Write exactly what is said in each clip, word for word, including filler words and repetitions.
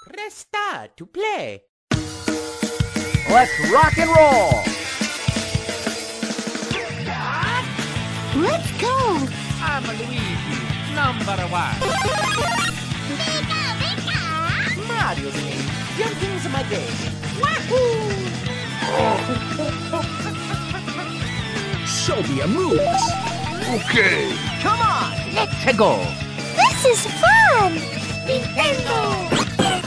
Press star to play. Let's rock and roll! Let's go! I'm Luigi, number one. Pika, pika! Mario me, jumping's my game. Wahoo! Show me your moves! Okay! Come on, let's go. This is fun! Nintendo!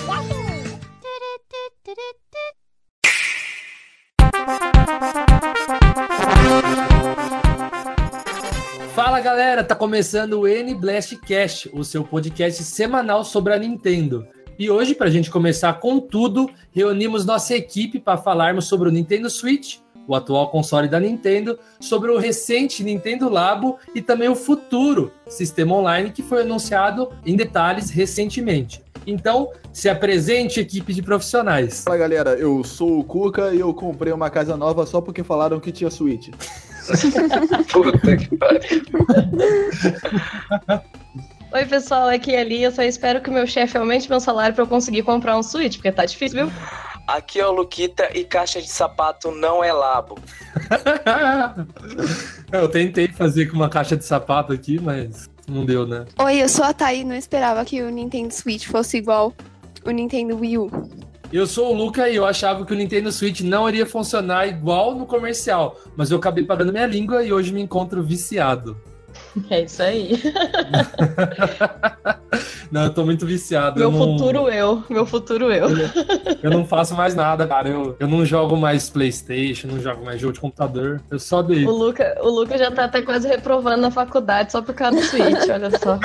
Fala galera, tá começando o N-Blastcast, o seu podcast semanal sobre a Nintendo. E hoje, pra gente começar com tudo, reunimos nossa equipe para falarmos sobre o Nintendo Switch, o atual console da Nintendo, sobre o recente Nintendo Labo e também o futuro sistema online que foi anunciado em detalhes recentemente. Então, se apresente, equipe de profissionais. Fala galera, eu sou o Cuca e eu comprei uma casa nova só porque falaram que tinha Switch. Puta que pariu. Oi pessoal, aqui é a Lia, eu só espero que o meu chefe aumente meu salário pra eu conseguir comprar um Switch, porque tá difícil, viu? Aqui é o Luquita e caixa de sapato não é labo. Eu tentei fazer com uma caixa de sapato aqui, mas não deu, né? Oi, eu sou a Thay e não esperava que o Nintendo Switch fosse igual o Nintendo Wii U. Eu sou o Luca e eu achava que o Nintendo Switch não iria funcionar igual no comercial, mas eu acabei pagando minha língua e hoje me encontro viciado. É isso aí. Não, eu tô muito viciado. Meu eu não... futuro eu, meu futuro eu. eu. Eu não faço mais nada, cara. Eu, eu não jogo mais PlayStation, não jogo mais jogo de computador. Eu só dei. O Luca, o Luca já tá até quase reprovando na faculdade só por causa do Switch, olha só.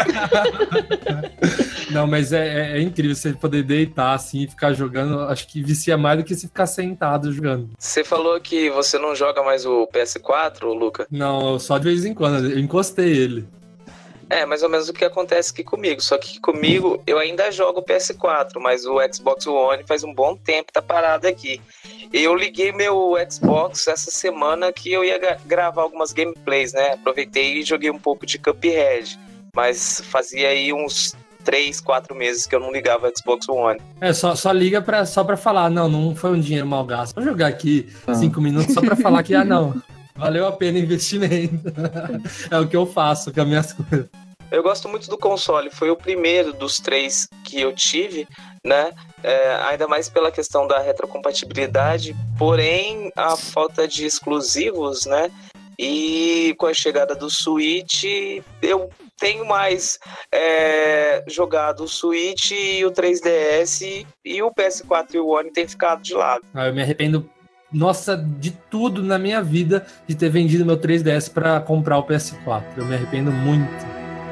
Não, mas é, é, é incrível você poder deitar assim e ficar jogando. Acho que vicia mais do que você ficar sentado jogando. Você falou que você não joga mais o P S quatro, Luca? Não, só de vez em quando. Eu encostei ele. É, mais ou menos o que acontece aqui comigo. Só que comigo eu ainda jogo o P S quatro, mas o Xbox One faz um bom tempo que tá parado aqui. Eu liguei meu Xbox essa semana que eu ia gra- gravar algumas gameplays, né? Aproveitei e joguei um pouco de Cuphead. Mas fazia aí uns três, quatro meses que eu não ligava o Xbox One. É, só, só liga pra, só pra falar, não, não foi um dinheiro mal gasto. Vou jogar aqui cinco minutos só pra falar que, ah, não, valeu a pena o investimento. É o que eu faço com as minhas coisas. Eu gosto muito do console, foi o primeiro dos três que eu tive, né? É, ainda mais pela questão da retrocompatibilidade, porém a falta de exclusivos, né? E com a chegada do Switch, eu tenho mais é, jogado o Switch e o três D S, e o P S quatro e o One tem ficado de lado. Ah, eu me arrependo, nossa, de tudo na minha vida de ter vendido meu três D S pra comprar o P S quatro. Eu me arrependo muito.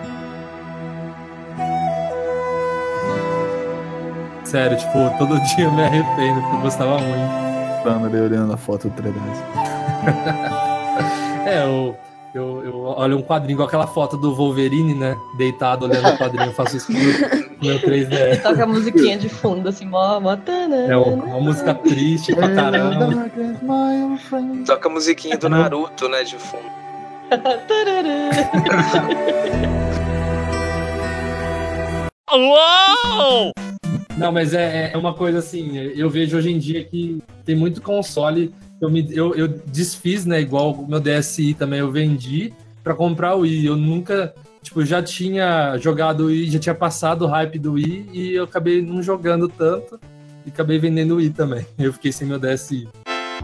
Sério, tipo, todo dia eu me arrependo, porque eu gostava muito. Tava ali olhando a foto do três D S. É, eu, eu, eu olho um quadrinho com aquela foto do Wolverine, né? Deitado olhando o quadrinho, eu faço isso com o meu três D S. Toca a musiquinha de fundo, assim, mó, mó... É uma música triste pra caramba. Toca a musiquinha do Naruto, né, de fundo. Uou! Não, mas é, é uma coisa assim, eu vejo hoje em dia que tem muito console, eu, me, eu, eu desfiz, né, igual o meu D S i também, eu vendi pra comprar o Wii, eu nunca, tipo, já tinha jogado o Wii, já tinha passado o hype do Wii e eu acabei não jogando tanto e acabei vendendo o Wii também, eu fiquei sem meu D S i.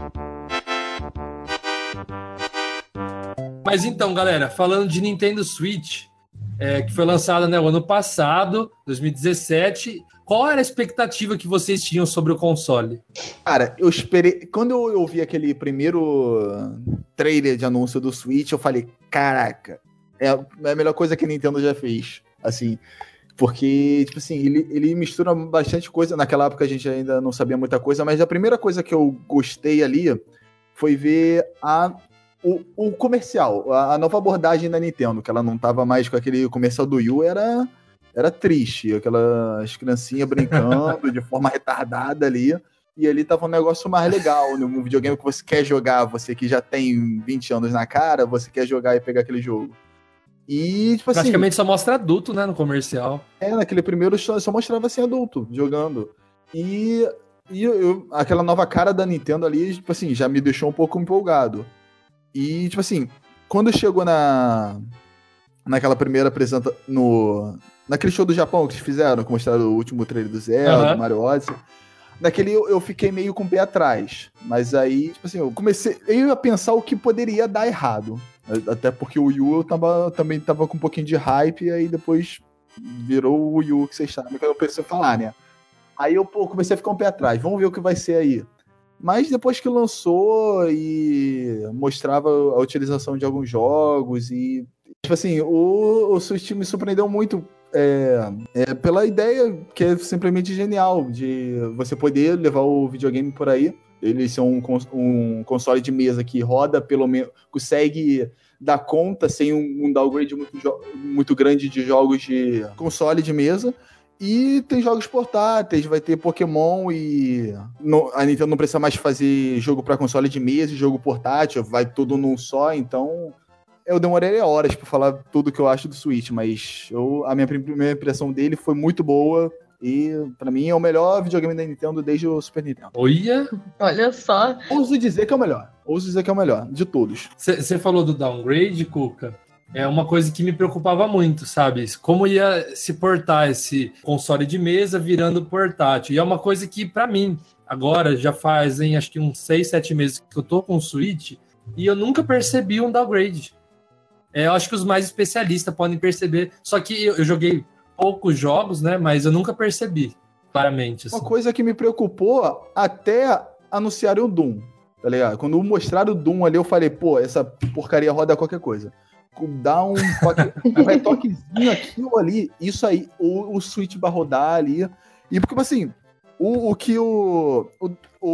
Mas então, galera, falando de Nintendo Switch, é, que foi lançada, né, o ano passado, dois mil e dezessete, qual era a expectativa que vocês tinham sobre o console? Cara, eu esperei. Quando eu ouvi aquele primeiro trailer de anúncio do Switch, eu falei: caraca, é a melhor coisa que a Nintendo já fez. Assim, porque, tipo assim, ele, ele mistura bastante coisa. Naquela época a gente ainda não sabia muita coisa, mas a primeira coisa que eu gostei ali foi ver a. O, o comercial, a, a nova abordagem da Nintendo, que ela não tava mais com aquele comercial do Wii U, era, era triste, aquelas criancinhas brincando de forma retardada ali, e ali tava um negócio mais legal, num videogame que você quer jogar, você que já tem vinte anos na cara, você quer jogar e pegar aquele jogo. E, tipo assim... Praticamente só mostra adulto, né, no comercial. É, naquele primeiro só, só mostrava assim adulto, jogando. E, e eu, aquela nova cara da Nintendo ali, tipo assim, já me deixou um pouco empolgado. E, tipo assim, quando chegou na naquela primeira apresentação, no naquele show do Japão que eles fizeram, que mostraram o último trailer do Zelda, Aham. do Mario Odyssey, naquele eu, eu fiquei meio com o pé atrás. Mas aí, tipo assim, eu comecei eu ia pensar o que poderia dar errado. Até porque o Wii U eu tava, também tava com um pouquinho de hype, e aí depois virou o Wii U, que vocês sabem que eu pensei falar, né? Aí eu pô, comecei a ficar um pé atrás, vamos ver o que vai ser aí. Mas depois que lançou e mostrava a utilização de alguns jogos e, tipo assim, o, o Switch me surpreendeu muito é, é, pela ideia que é simplesmente genial de você poder levar o videogame por aí. Ele ser um, um console de mesa que roda, pelo menos, consegue dar conta sem um, um downgrade muito, muito grande de jogos de console de mesa. E tem jogos portáteis, vai ter Pokémon e no, a Nintendo não precisa mais fazer jogo para console de mesa e jogo portátil, vai tudo num só, então eu demorei horas para falar tudo que eu acho do Switch, mas eu, a minha primeira impressão dele foi muito boa. E, pra mim, é o melhor videogame da Nintendo desde o Super Nintendo. Olha! Olha só. Ouso dizer que é o melhor. Ouso dizer que é o melhor, de todos. Você falou do downgrade, Cuca. É uma coisa que me preocupava muito, sabe? Como ia se portar esse console de mesa virando portátil. E é uma coisa que, pra mim, agora já fazem acho que uns seis, sete meses que eu tô com o Switch e eu nunca percebi um downgrade. É, eu acho que os mais especialistas podem perceber. Só que eu, eu joguei poucos jogos, né? Mas eu nunca percebi, claramente. Assim. Uma coisa que me preocupou até anunciarem o Doom, tá ligado? Quando mostraram o Doom ali, eu falei, pô, essa porcaria roda qualquer coisa. Dá um toque, vai toquezinho aqui ou ali, isso aí, o, o Switch vai rodar ali. E porque, tipo assim, o, o que o, o,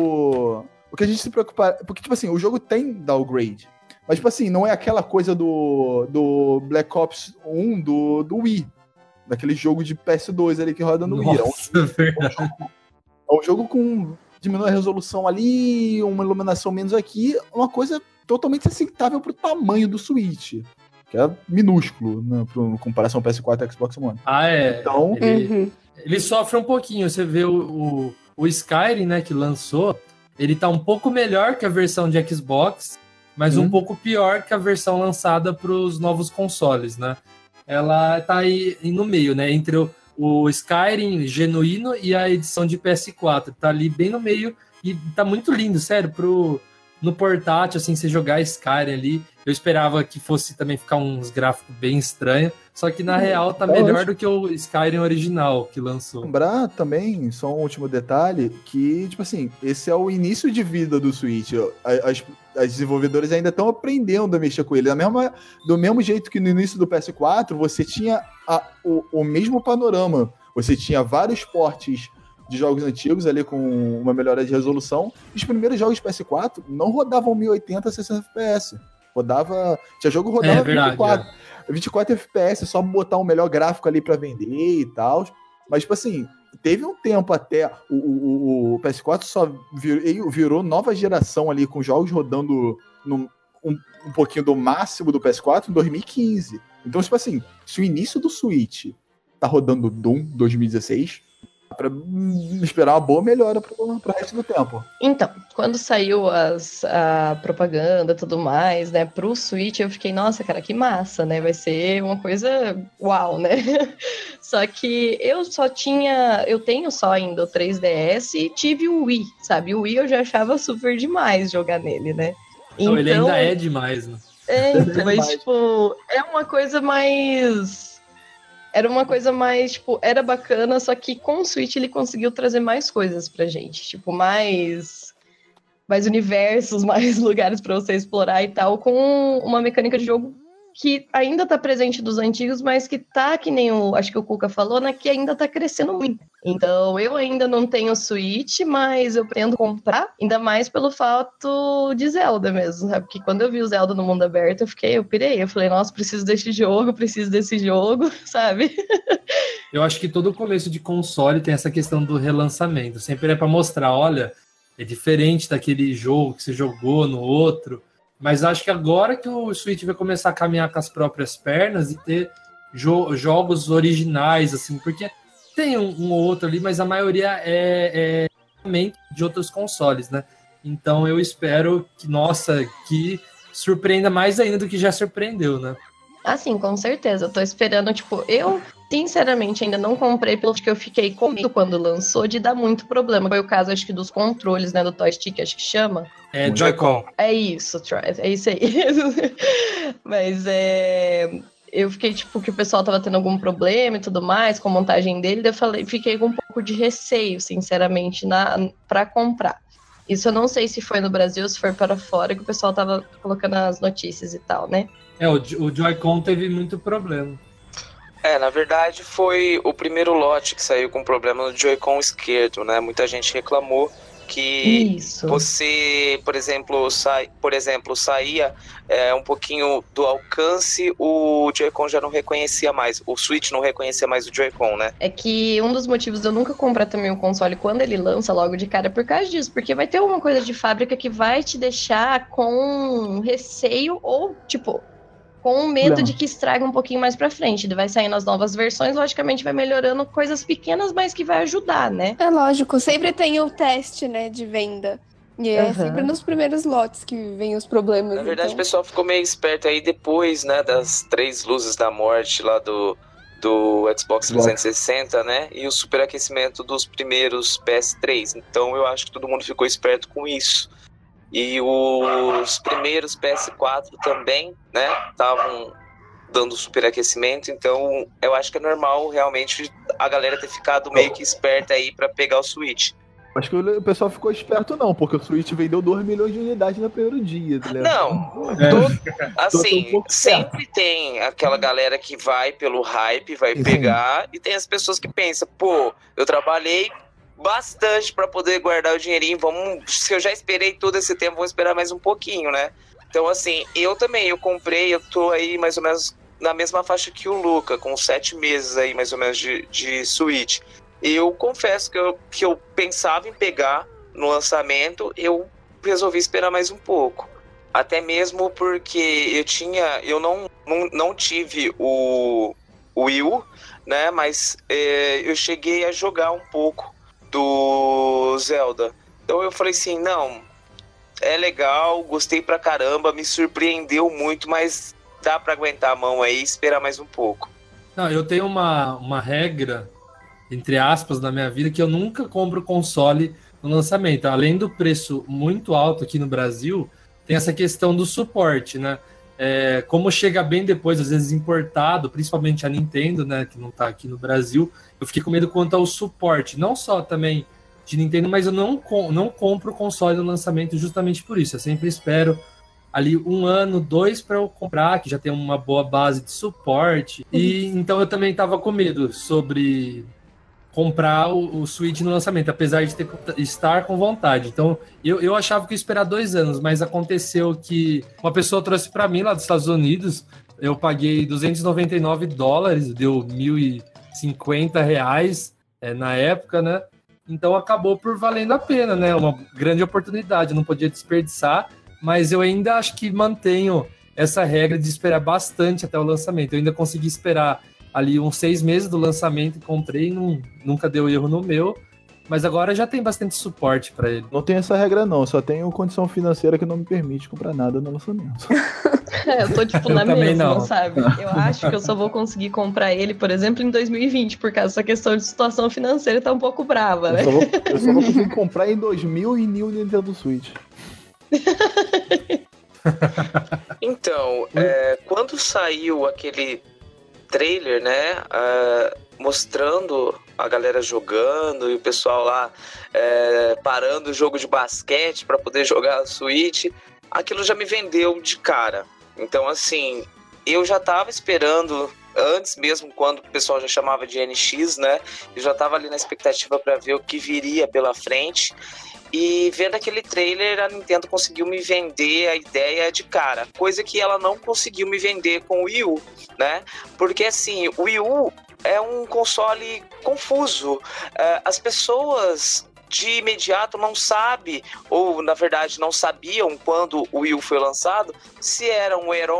o. O que a gente se preocupa. Porque, tipo assim, o jogo tem downgrade. Mas, tipo assim, não é aquela coisa do, do Black Ops um do, do Wii. Daquele jogo de P S dois ali que roda no Wii. É um, verdade. é um jogo com diminui a resolução ali, uma iluminação menos aqui, uma coisa totalmente aceitável pro tamanho do Switch. Que é minúsculo, né, em comparação ao P S quatro e Xbox One. Ah, é. Então, ele, Uhum. ele sofre um pouquinho. Você vê o, o, o Skyrim, né, que lançou, ele tá um pouco melhor que a versão de Xbox, mas Hum. um pouco pior que a versão lançada para os novos consoles, né? Ela tá aí no meio, né? Entre o, o Skyrim genuíno e a edição de P S quatro. Tá ali bem no meio e tá muito lindo, sério. Pro, no portátil, assim, você jogar Skyrim ali, eu esperava que fosse também ficar uns gráficos bem estranhos, só que na real tá melhor do que o Skyrim original que lançou. lembrar também, só um último detalhe, que, tipo assim, esse é o início de vida do Switch. As, as desenvolvedoras ainda estão aprendendo a mexer com ele. Da mesma, do mesmo jeito que no início do P S quatro, você tinha a, o, o mesmo panorama. Você tinha vários portes de jogos antigos ali com uma melhora de resolução. Os primeiros jogos de P S quatro não rodavam mil e oitenta a sessenta F P S. Rodava... Tinha jogo que rodava É verdade, vinte e quatro. vinte e quatro F P S, só botar um melhor gráfico ali pra vender e tal. Mas, tipo assim, teve um tempo até o, o, o P S quatro só virou, virou nova geração ali, com jogos rodando no, um, um pouquinho do máximo do P S quatro em dois mil e quinze. Então, tipo assim, se o início do Switch tá rodando Doom dois mil e dezesseis, pra esperar uma boa melhora pro, pro resto do tempo. Então, quando saiu as, a propaganda e tudo mais, né, pro Switch, eu fiquei, nossa, cara, que massa, né? Vai ser uma coisa uau, né? Só que eu só tinha, eu tenho só ainda o três D S e tive o Wii, sabe? O Wii eu já achava super demais jogar nele, né? Então, ele ainda é demais, né? É, então, mas, demais. tipo, é uma coisa mais... Era uma coisa mais, tipo, era bacana, só que com o Switch ele conseguiu trazer mais coisas pra gente. Tipo, mais, mais universos, mais lugares pra você explorar e tal, com uma mecânica de jogo que ainda tá presente dos antigos, mas que tá, que nem o, acho que o Cuca falou, né, que ainda tá crescendo muito. Então, eu ainda não tenho Switch, mas eu pretendo comprar, ainda mais pelo fato de Zelda mesmo, sabe? Porque quando eu vi o Zelda no mundo aberto, eu fiquei, eu pirei, eu falei, nossa, preciso desse jogo, preciso desse jogo, sabe? Eu acho que todo começo de console tem essa questão do relançamento. Sempre é pra mostrar, olha, é diferente daquele jogo que você jogou no outro. Mas acho que agora que o Switch vai começar a caminhar com as próprias pernas e ter jo- jogos originais, assim, porque Tem um, um ou outro ali, mas a maioria é, é de outros consoles, né? Então eu espero que, nossa, que surpreenda mais ainda do que já surpreendeu, né? Ah, sim, com certeza. Eu tô esperando, tipo, eu, sinceramente, ainda não comprei, pelo que eu fiquei com medo quando lançou, de dar muito problema. Foi o caso, acho que, dos controles, né, do Toy Stick, acho que chama. É, Joy-Con. É isso, é isso aí. Mas é... eu fiquei, tipo, que o pessoal tava tendo algum problema e tudo mais com a montagem dele, daí eu falei, fiquei com um pouco de receio, sinceramente, na, pra comprar. Isso eu não sei se foi no Brasil, se foi para fora, que o pessoal tava colocando as notícias e tal, né? É, o, o Joy-Con teve muito problema. É, na verdade foi o primeiro lote que saiu com problema no Joy-Con esquerdo, né? Muita gente reclamou que Isso. você, por exemplo, sai, por exemplo, saía é, um pouquinho do alcance, o Joy-Con já não reconhecia mais, o Switch não reconhecia mais o Joy-Con, né? É que um dos motivos de eu nunca comprar também o console quando ele lança logo de cara é por causa disso, porque vai ter alguma coisa de fábrica que vai te deixar com receio ou, tipo, com medo Não. de que estraga um pouquinho mais pra frente. Ele vai saindo as novas versões, logicamente vai melhorando coisas pequenas, mas que vai ajudar, né? É lógico, sempre tem o teste, né, de venda. E é Uhum. sempre nos primeiros lotes que vem os problemas. Na verdade, então. o pessoal ficou meio esperto aí depois, né, das três luzes da morte lá do, do Xbox trezentos e sessenta, né, e o superaquecimento dos primeiros P S três. Então eu acho que todo mundo ficou esperto com isso. E os primeiros P S quatro também, né, estavam dando superaquecimento, então eu acho que é normal realmente a galera ter ficado meio que esperta aí pra pegar o Switch. Acho que o pessoal ficou esperto não, porque o Switch vendeu dois milhões de unidades no primeiro dia, tá ligado? Não, É. todo, Tô- tô assim, um pouco sempre tem aquela galera que vai pelo hype, vai Sim. pegar, e tem as pessoas que pensam, pô, eu trabalhei bastante pra poder guardar o dinheirinho, vamos, se eu já esperei todo esse tempo, vou esperar mais um pouquinho, né? Então, assim, eu também, eu comprei, eu tô aí mais ou menos na mesma faixa que o Luca, com sete meses aí mais ou menos de, de Switch. Eu confesso que eu, que eu pensava em pegar no lançamento, eu resolvi esperar mais um pouco. Até mesmo porque eu tinha, eu não, não, não tive o, o Wii U, né? Mas é, eu cheguei a jogar um pouco do Zelda. Então eu falei assim, não, é legal, gostei pra caramba, me surpreendeu muito, mas dá pra aguentar a mão aí e esperar mais um pouco. Não, eu tenho uma, uma regra, entre aspas, na minha vida, que eu nunca compro console no lançamento. Além do preço muito alto aqui no Brasil, tem essa questão do suporte, né? É, como chega bem depois, às vezes importado, principalmente a Nintendo, né, que não tá aqui no Brasil, eu fiquei com medo quanto ao suporte, não só também de Nintendo, mas eu não, não compro o console no lançamento justamente por isso. Eu sempre espero ali um ano, dois para eu comprar, que já tem uma boa base de suporte. E então eu também estava com medo sobre comprar o, o Switch no lançamento, apesar de ter, estar com vontade. Então eu, eu achava que ia esperar dois anos, mas aconteceu que uma pessoa trouxe para mim lá dos Estados Unidos, eu paguei duzentos e noventa e nove dólares, deu mil e cinquenta reais é, na época, né? Então acabou por valendo a pena, né? Uma grande oportunidade, eu não podia desperdiçar, mas eu ainda acho que mantenho essa regra de esperar bastante até o lançamento. Eu ainda consegui esperar ali uns seis meses do lançamento, comprei, não, nunca deu erro no meu, mas agora já tem bastante suporte para ele. Não tem essa regra não, só tenho condição financeira que não me permite comprar nada no lançamento. É, eu tô, tipo, Eu na também mesma, não. sabe? Eu acho que eu só vou conseguir comprar ele, por exemplo, em dois mil e vinte, por causa dessa questão de situação financeira tá um pouco brava, né? Eu só vou, eu só vou conseguir comprar em dois mil e New Nintendo Switch. Então, é, quando saiu aquele trailer, né, uh, mostrando a galera jogando e o pessoal lá é, parando o jogo de basquete para poder jogar a Switch, aquilo já me vendeu de cara. Então, assim, eu já tava esperando, antes mesmo, quando o pessoal já chamava de N X, né, eu já tava ali na expectativa para ver o que viria pela frente. E vendo aquele trailer, a Nintendo conseguiu me vender a ideia de cara, coisa que ela não conseguiu me vender com o Wii U, né? Porque assim, o Wii U é um console confuso. As pessoas de imediato não sabem, ou na verdade não sabiam quando o Wii U foi lançado, se era um Heron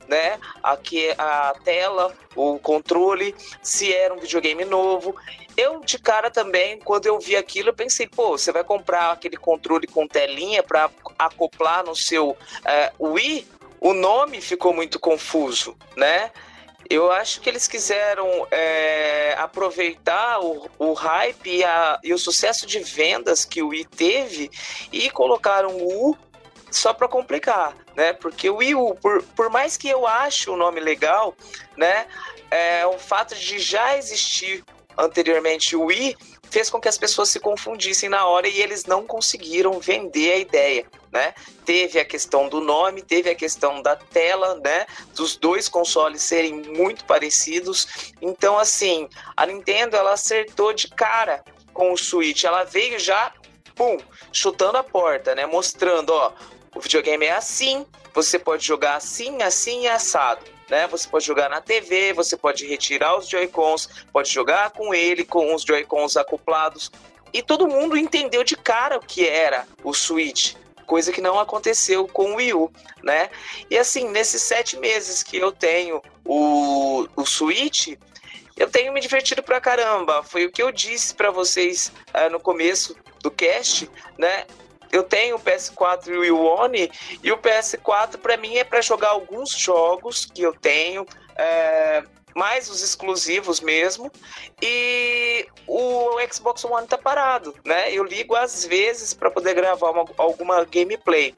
né? Aqui a tela, o controle, se era um videogame novo. Eu, de cara também, quando eu vi aquilo, eu pensei, pô, você vai comprar aquele controle com telinha para acoplar no seu uh, Wii? O nome ficou muito confuso, né? Eu acho que eles quiseram é, aproveitar o, o hype e, a, e o sucesso de vendas que o Wii teve e colocaram o U só para complicar, né? Porque o Wii U, por, por mais que eu ache o nome legal, né? É, o fato de já existir anteriormente o Wii fez com que as pessoas se confundissem na hora e eles não conseguiram vender a ideia, né? Teve a questão do nome, teve a questão da tela, né? Dos dois consoles serem muito parecidos. Então, assim, a Nintendo, ela acertou de cara com o Switch. Ela veio já, pum, chutando a porta, né? Mostrando, ó, o videogame é assim, você pode jogar assim, assim e assado. Né? Você pode jogar na T V, você pode retirar os Joy-Cons, pode jogar com ele, com os Joy-Cons acoplados. E todo mundo entendeu de cara o que era o Switch, coisa que não aconteceu com o Wii U, né? E assim, nesses sete meses que eu tenho o, o Switch, eu tenho me divertido pra caramba. Foi o que eu disse pra vocês uh, no começo do cast, né? Eu tenho o P S quatro e o Wii U One, e o P S quatro para mim é para jogar alguns jogos que eu tenho, é, mais os exclusivos mesmo, e o Xbox One tá parado, né? Eu ligo às vezes para poder gravar uma, alguma gameplay.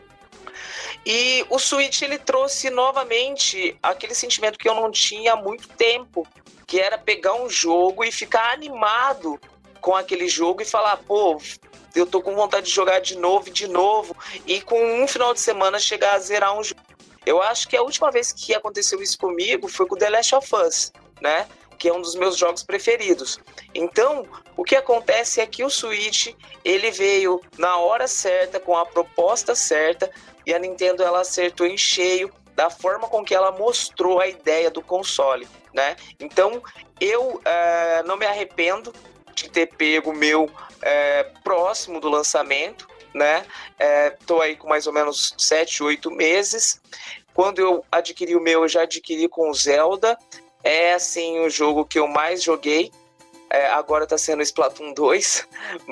E o Switch, ele trouxe novamente aquele sentimento que eu não tinha há muito tempo, que era pegar um jogo e ficar animado com aquele jogo e falar, pô, eu tô com vontade de jogar de novo e de novo, e com um final de semana chegar a zerar um jogo. Eu acho que a última vez que aconteceu isso comigo foi com The Last of Us, né? Que é um dos meus jogos preferidos. Então, o que acontece é que o Switch, ele veio na hora certa, com a proposta certa, e a Nintendo, ela acertou em cheio da forma com que ela mostrou a ideia do console, né? Então, eu uh, não me arrependo de ter pego o meu é, próximo do lançamento, né? É, tô aí com mais ou menos sete, oito meses. Quando eu adquiri o meu, eu já adquiri com o Zelda. É, assim, o jogo que eu mais joguei. É, agora tá sendo Splatoon dois,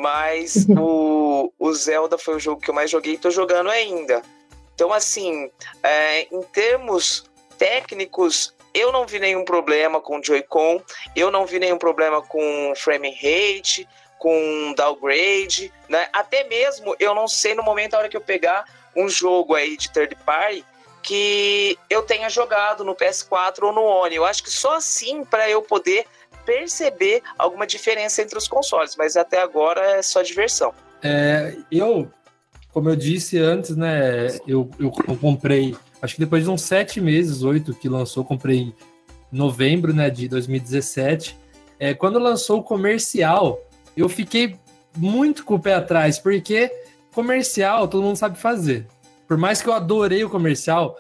mas o, o Zelda foi o jogo que eu mais joguei e tô jogando ainda. Então, assim, é, em termos técnicos, eu não vi nenhum problema com o Joy-Con, eu não vi nenhum problema com frame rate, com downgrade, né? Até mesmo, eu não sei no momento, a hora que eu pegar um jogo aí de third party, que eu tenha jogado no P S quatro ou no One. Eu acho que só assim para eu poder perceber alguma diferença entre os consoles, mas até agora é só diversão. É, eu, como eu disse antes, né, eu, eu comprei... Acho que depois de uns sete meses, oito que lançou, comprei em novembro, né, de dois mil e dezessete. É, quando lançou o comercial, eu fiquei muito com o pé atrás, porque comercial todo mundo sabe fazer. Por mais que eu adorei o comercial,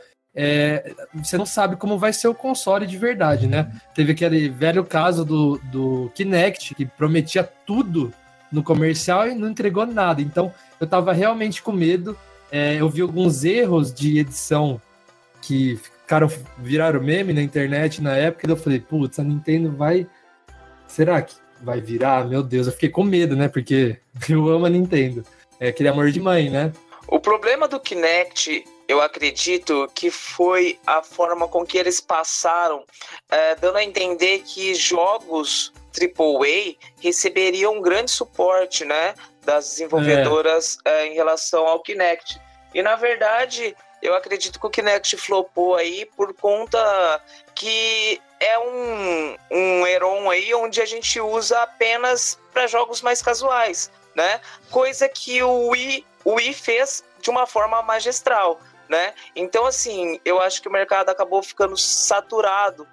é, você não sabe como vai ser o console de verdade, né? Teve aquele velho caso do, do Kinect, que prometia tudo no comercial e não entregou nada. Então, eu tava realmente com medo. É, eu vi alguns erros de edição que ficaram, viraram meme na internet na época, e eu falei, putz, a Nintendo vai... Será que vai virar? Meu Deus, eu fiquei com medo, né? Porque eu amo a Nintendo. É aquele amor de mãe, né? O problema do Kinect, eu acredito que foi a forma com que eles passaram, é, dando a entender que jogos triplo A receberiam um grande suporte, né? Das desenvolvedoras é. É, em relação ao Kinect. E, na verdade... Eu acredito que o Kinect flopou aí por conta que é um, um Heron aí onde a gente usa apenas para jogos mais casuais, né? Coisa que o Wii, o Wii fez de uma forma magistral, né? Então, assim, eu acho que o mercado acabou ficando saturado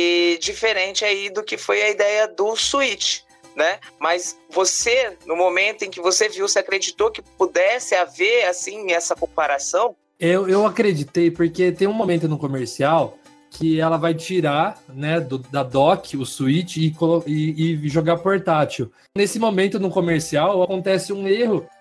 e diferente aí do que foi a ideia do Switch, né? Mas você, no momento em que você viu, você acreditou que pudesse haver, assim, essa comparação? Eu, eu acreditei, porque tem um momento no comercial que ela vai tirar, né, do, da dock o Switch e, e, e jogar portátil. Nesse momento no comercial acontece um erro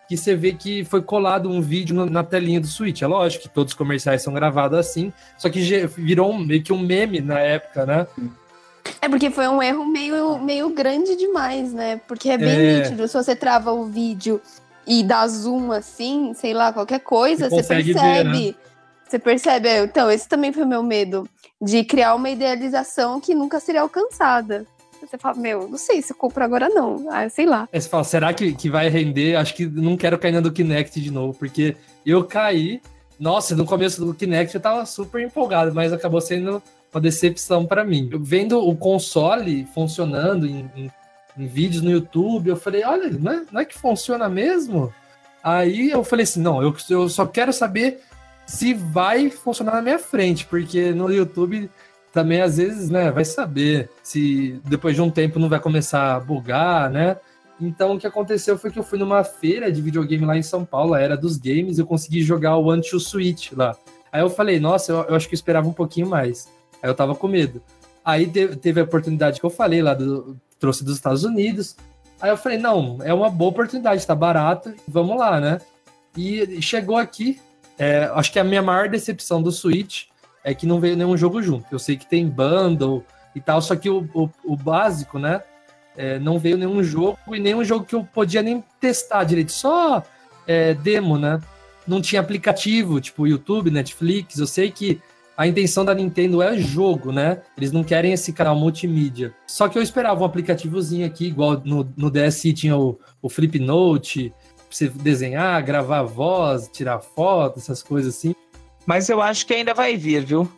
que você vê que foi colado um vídeo no- na telinha do Switch. É lógico que todos os comerciais são gravados assim, só que ge- virou um- meio que um meme na época, né? É porque foi um erro meio, meio grande demais, né? Porque é bem É. nítido. Se você trava o vídeo e dá zoom assim, sei lá, qualquer coisa, Você você consegue percebe. ver, né? Você percebe. É, Então, esse também foi o meu medo. De criar uma idealização que nunca seria alcançada. Você fala, meu, não sei se eu compro agora não. Ah, sei lá. Aí você fala, será que, que vai render? Acho que não quero cair na do Kinect de novo, porque eu caí. Nossa, no começo do Kinect eu tava super empolgado, mas acabou sendo uma decepção pra mim. Eu vendo o console funcionando em, em- em vídeos no YouTube, eu falei, olha, não é, não é que funciona mesmo? Aí eu falei assim, não, eu, eu só quero saber se vai funcionar na minha frente, porque no YouTube também às vezes, né, vai saber se depois de um tempo não vai começar a bugar, né? Então o que aconteceu foi que eu fui numa feira de videogame lá em São Paulo, a Era dos Games, e eu consegui jogar o One to Switch lá. Aí eu falei, nossa, eu, eu acho que eu esperava um pouquinho mais. Aí eu tava com medo. Aí te- teve a oportunidade que eu falei lá, do, trouxe dos Estados Unidos. Aí eu falei, não, é uma boa oportunidade, tá barato, vamos lá, né? E chegou aqui, é, acho que a minha maior decepção do Switch é que não veio nenhum jogo junto. Eu sei que tem bundle e tal, só que o, o, o básico, né? É, não veio nenhum jogo e nenhum jogo que eu podia nem testar direito, só é, demo, né? Não tinha aplicativo, tipo YouTube, Netflix. Eu sei que a intenção da Nintendo é jogo, né? Eles não querem esse canal multimídia. Só que eu esperava um aplicativozinho aqui, igual no, no D S i tinha o, o Flip Note, pra você desenhar, gravar voz, tirar foto, essas coisas assim. Mas eu acho que ainda vai vir, viu?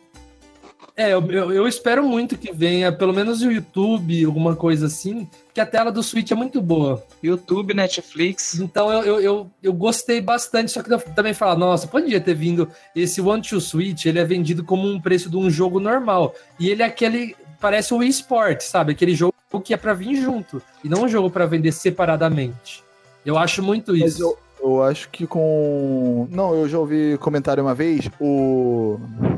É, eu, eu, eu espero muito que venha, pelo menos o YouTube, alguma coisa assim, que a tela do Switch é muito boa. YouTube, Netflix. Então eu, eu, eu, eu gostei bastante, só que eu também falar, nossa, podia ter vindo esse One to Switch, ele é vendido como um preço de um jogo normal. E ele é aquele, parece o Wii Sport, sabe? Aquele jogo que é pra vir junto, e não um jogo pra vender separadamente. Eu acho muito Mas isso. eu, eu acho que com... Não, eu já ouvi comentário uma vez, o...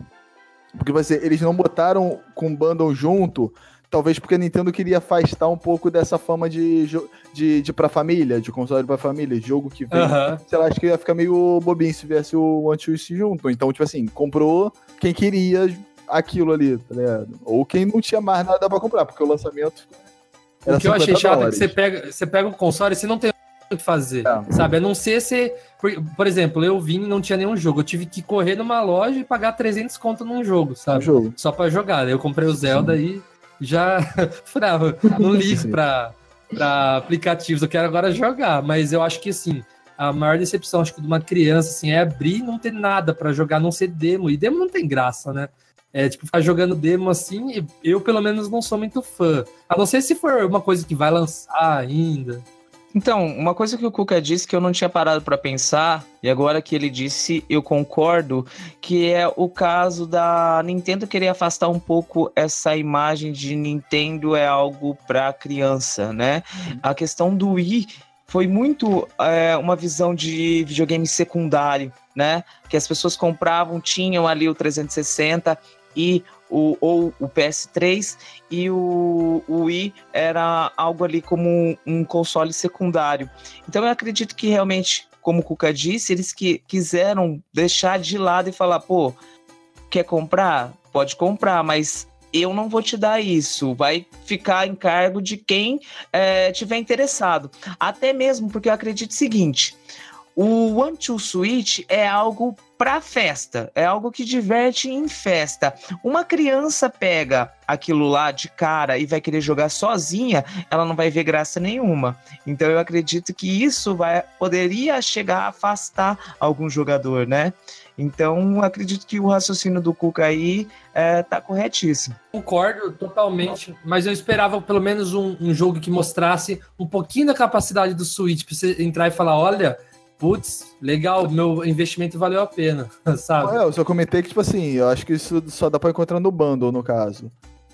Porque você, eles não botaram com bundle junto, talvez porque a Nintendo queria afastar um pouco dessa fama de, jo- de, de pra família, de console pra família, jogo que vem. Aham. Sei lá, acho que ia ficar meio bobinho se viesse o One to Switch junto. Então, tipo assim, comprou quem queria aquilo ali, tá ligado? Ou quem não tinha mais nada pra comprar, porque o lançamento era O que eu achei cinquenta chato é que dólares. você pega, você pega o console e você não tem o que fazer, É. sabe? A não ser se... Por, por exemplo, eu vim e não tinha nenhum jogo. Eu tive que correr numa loja e pagar trezentos conto num jogo, Um sabe? jogo. Só pra jogar. Daí eu comprei o Zelda e já... Falei, ah, não ligo Sim. pra, pra aplicativos, eu quero agora jogar. Mas eu acho que, assim, a maior decepção, acho que de uma criança, assim, é abrir e não ter nada pra jogar, não ser demo. E demo não tem graça, né? É, tipo, ficar jogando demo assim, e eu pelo menos não sou muito fã. A não ser se for uma coisa que vai lançar ainda. Então, uma coisa que o Cuca disse que eu não tinha parado pra pensar, e agora que ele disse, eu concordo, que é o caso da Nintendo querer afastar um pouco essa imagem de Nintendo é algo pra criança, né? A questão do Wii foi muito é, uma visão de videogame secundário, né? Que as pessoas compravam, tinham ali o trezentos e sessenta e o, ou o P S três, e o, o Wii era algo ali como um, um console secundário. Então eu acredito que realmente, como o Cuca disse, eles que, quiseram deixar de lado e falar, pô, quer comprar? Pode comprar, mas eu não vou te dar isso, vai ficar em cargo de quem é, tiver interessado. Até mesmo porque eu acredito o seguinte, o One to Switch é algo para festa, é algo que diverte em festa. Uma criança pega aquilo lá de cara e vai querer jogar sozinha, ela não vai ver graça nenhuma. Então eu acredito que isso vai, poderia chegar a afastar algum jogador, né? Então eu acredito que o raciocínio do Cuca aí é, tá corretíssimo. Concordo totalmente, mas eu esperava pelo menos um, um jogo que mostrasse um pouquinho da capacidade do Switch, pra você entrar e falar, olha, putz, legal, meu investimento valeu a pena, sabe? É, eu só comentei que, tipo assim, eu acho que isso só dá pra encontrar no bundle, no caso.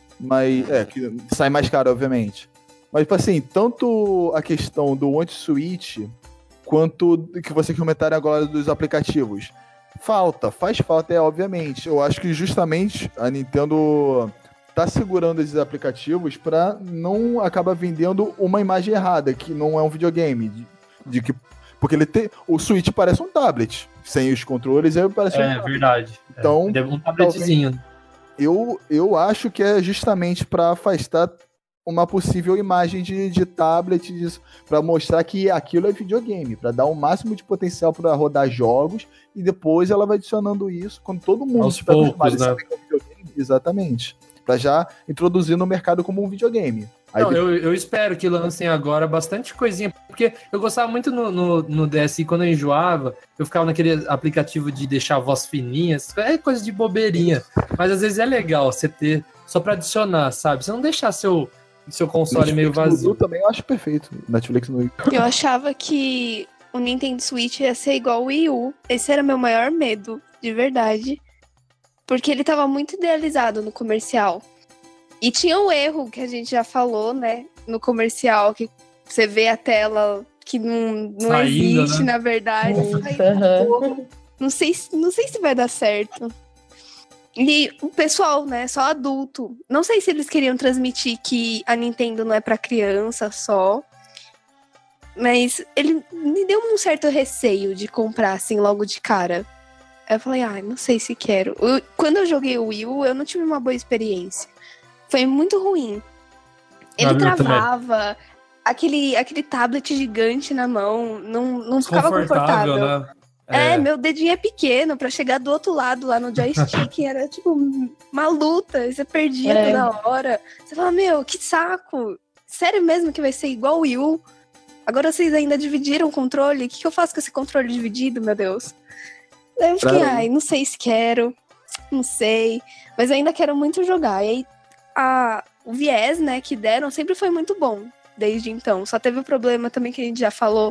Mas, é, que sai mais caro, obviamente. Mas, tipo assim, tanto a questão do One to Switch, quanto que você comentaram agora dos aplicativos. Falta, faz falta, é, obviamente. Eu acho que justamente a Nintendo tá segurando esses aplicativos pra não acabar vendendo uma imagem errada, que não é um videogame. De, de que Porque ele tem, o Switch parece um tablet. Sem os controles, aí parece um É tablet. verdade. Então, é um tabletzinho. Eu, eu acho que é justamente para afastar uma possível imagem de, de tablet, para mostrar que aquilo é videogame, para dar o máximo de potencial para rodar jogos, e depois ela vai adicionando isso quando todo mundo Aos estiver acostumado poucos, a né? saber que é um videogame. Exatamente. Para já introduzir no mercado como um videogame. Aí Não, depois- eu, eu espero que lancem agora bastante coisinha, porque eu gostava muito no, no, no D S I, quando eu enjoava, eu ficava naquele aplicativo de deixar a voz fininha, é coisa de bobeirinha, mas às vezes é legal você ter, só pra adicionar, sabe? Você não deixar seu, seu console meio Netflix no vazio. Wii U também eu acho perfeito. Netflix no Wii U. Eu achava que o Nintendo Switch ia ser igual o Wii U. Esse era meu maior medo, de verdade. Porque ele tava muito idealizado no comercial. E tinha um erro que a gente já falou, né? No comercial, que você vê a tela que não, não Saindo, existe, né? na verdade. Nossa, Ai, aham. porra. Não sei, se- não sei se vai dar certo. E o pessoal, né? Só adulto. Não sei se eles queriam transmitir que a Nintendo não é pra criança só. Mas ele me deu um certo receio de comprar, assim, logo de cara. Aí eu falei, ai, não sei se quero. Eu- quando eu joguei o Wii U, eu não tive uma boa experiência. Foi muito ruim. Ele Ah, meu também. travava, aquele, aquele tablet gigante na mão, não, não ficava confortável. né? É, meu dedinho é pequeno, pra chegar do outro lado lá no joystick era tipo uma luta, e você perdia É. toda hora. Você fala, meu, que saco! Sério mesmo que vai ser igual o Wii U? Agora vocês ainda dividiram o controle? O que, que eu faço com esse controle dividido, meu Deus? Daí eu fiquei, Pra- ai, não sei se quero, não sei, mas eu ainda quero muito jogar. E aí, a, o viés, né, que deram sempre foi muito bom, desde então. Só teve o problema também que a gente já falou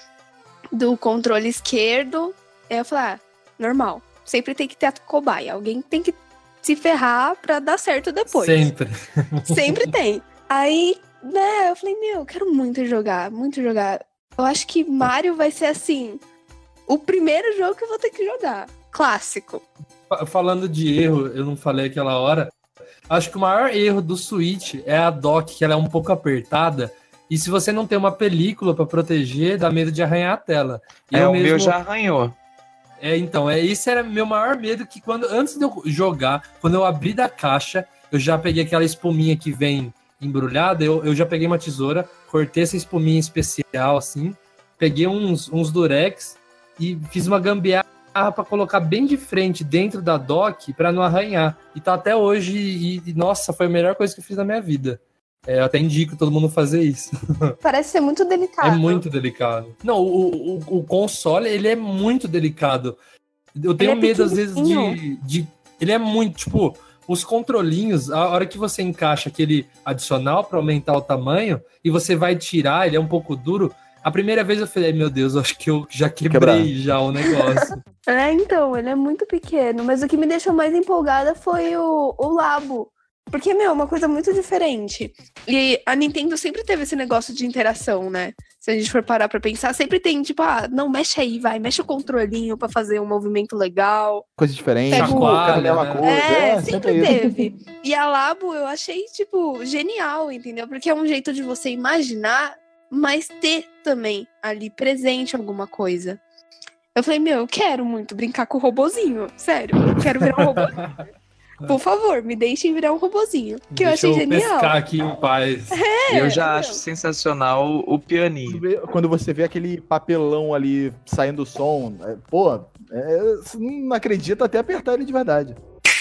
do controle esquerdo. Aí eu falei, ah, normal. Sempre tem que ter a cobaia. Alguém tem que se ferrar pra dar certo depois. Sempre. Sempre tem. Aí, né, eu falei, meu, eu quero muito jogar, muito jogar. Eu acho que Mario vai ser assim, o primeiro jogo que eu vou ter que jogar. Clássico. Fa- Falando de erro, eu não falei aquela hora. Acho que o maior erro do Switch é a dock, que ela é um pouco apertada. E se você não tem uma película pra proteger, dá medo de arranhar a tela. É, Eu o meu mesmo- já arranhou. É, então, é, esse era meu maior medo, que quando antes de eu jogar, quando eu abri da caixa, eu já peguei aquela espuminha que vem embrulhada, eu, eu já peguei uma tesoura, cortei essa espuminha especial, assim, peguei uns, uns durex e fiz uma gambiarra pra colocar bem de frente dentro da dock pra não arranhar. E tá até hoje, e, e, nossa, foi a melhor coisa que eu fiz na minha vida. É, eu até indico todo mundo fazer isso. Parece ser muito delicado. É muito delicado. Não, o, o, o console, ele é muito delicado. Eu tenho é medo, às vezes, pequenininho. de, de... Ele é muito, tipo... Os controlinhos, a hora que você encaixa aquele adicional para aumentar o tamanho, e você vai tirar, ele é um pouco duro. A primeira vez eu falei, meu Deus, eu acho que eu já quebrei Quebrar. já o negócio. É, então, ele é muito pequeno. Mas o que me deixou mais empolgada foi o, o Labo. Porque, meu, é uma coisa muito diferente. E a Nintendo sempre teve esse negócio de interação, né? Se a gente for parar pra pensar, sempre tem, tipo, ah, não, mexe aí, vai, mexe o controlinho pra fazer um movimento legal. Coisa diferente. Pega o- Chacoalha, a mesma né? coisa. É, sempre sempre isso. teve. E a Labo eu achei, tipo, genial, entendeu? Porque é um jeito de você imaginar, mas ter também ali presente alguma coisa. Eu falei, meu, eu quero muito brincar com o robozinho. Sério, eu quero virar um robozinho. Por favor, me deixem virar um robozinho. Que eu Deixa achei eu genial. pescar aqui em paz. eu já meu. acho sensacional o pianinho. Quando você vê aquele papelão ali saindo o som, é, pô, é, você não acredita até apertar ele de verdade.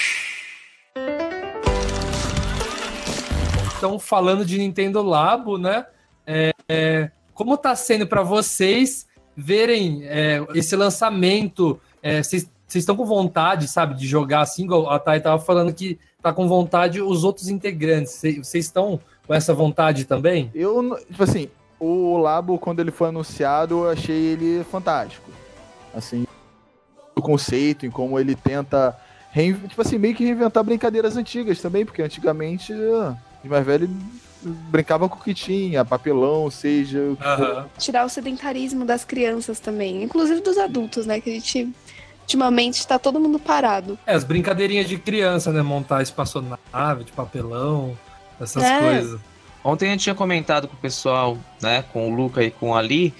Então, falando de Nintendo Labo, né? É, é, como tá sendo para vocês verem é, esse lançamento? É, vocês vocês estão com vontade, sabe, de jogar assim? Igual a Thay tava falando que tá com vontade os outros integrantes. Vocês vocês estão com essa vontade também? Eu, não- tipo assim, o Labo, quando ele foi anunciado, eu achei ele fantástico. Assim, o conceito, em como ele tenta, rein- tipo assim, meio que reinventar brincadeiras antigas também, porque antigamente, ah, os mais velhos brincavam com o que tinha, papelão, seja... o que for. Aham. Tirar o sedentarismo das crianças também. Inclusive dos adultos, né? Que a gente, ultimamente, tá todo mundo parado. É, as brincadeirinhas de criança, né? Montar espaçonave de papelão, essas É. coisas. Ontem eu tinha comentado com o pessoal, né, com o Luca e com a Ali,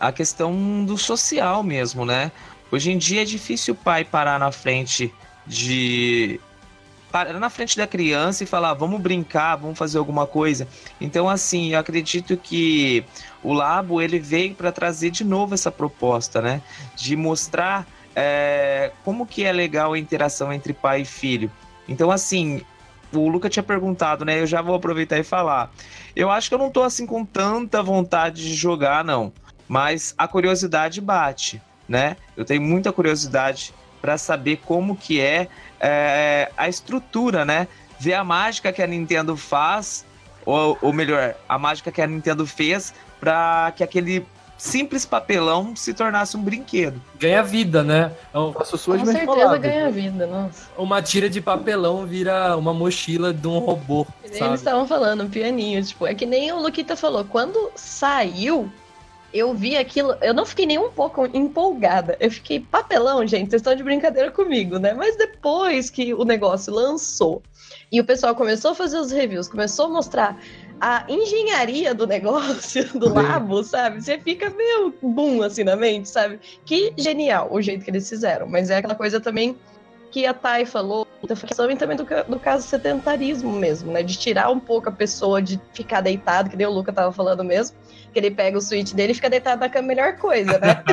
a questão do social mesmo, né? Hoje em dia é difícil o pai parar na frente de... parar na frente da criança e falar, vamos brincar, vamos fazer alguma coisa. Então, assim, eu acredito que o Labo, ele veio para trazer de novo essa proposta, né? De mostrar é, como que é legal a interação entre pai e filho. Então, assim, o Luca tinha perguntado, né? Eu já vou aproveitar e falar. Eu acho que eu não tô, assim, com tanta vontade de jogar, não. Mas a curiosidade bate, né? Eu tenho muita curiosidade para saber como que é, é a estrutura, né? Ver a mágica que a Nintendo faz, ou, ou melhor, a mágica que a Nintendo fez para que aquele simples papelão se tornasse um brinquedo. Ganha vida, né? Então, Faço suas Com minhas certeza palavras. ganha vida, nossa. uma tira de papelão vira uma mochila de um robô, Eles sabe? estavam falando, um pianinho, tipo, é que nem o Luquita falou, quando saiu, eu vi aquilo, eu não fiquei nem um pouco empolgada, eu fiquei, papelão, gente, vocês estão de brincadeira comigo, né? Mas depois que o negócio lançou, e o pessoal começou a fazer os reviews, começou a mostrar a engenharia do negócio, do Sim. Labo, sabe? Você fica meio boom, assim, na mente, sabe? Que genial o jeito que eles fizeram, mas é aquela coisa também que a Thay falou, e também do, do caso sedentarismo mesmo, né? De tirar um pouco a pessoa de ficar deitado, que nem o Luca tava falando mesmo, que ele pega o Switch dele e fica deitado na cama, melhor coisa, né?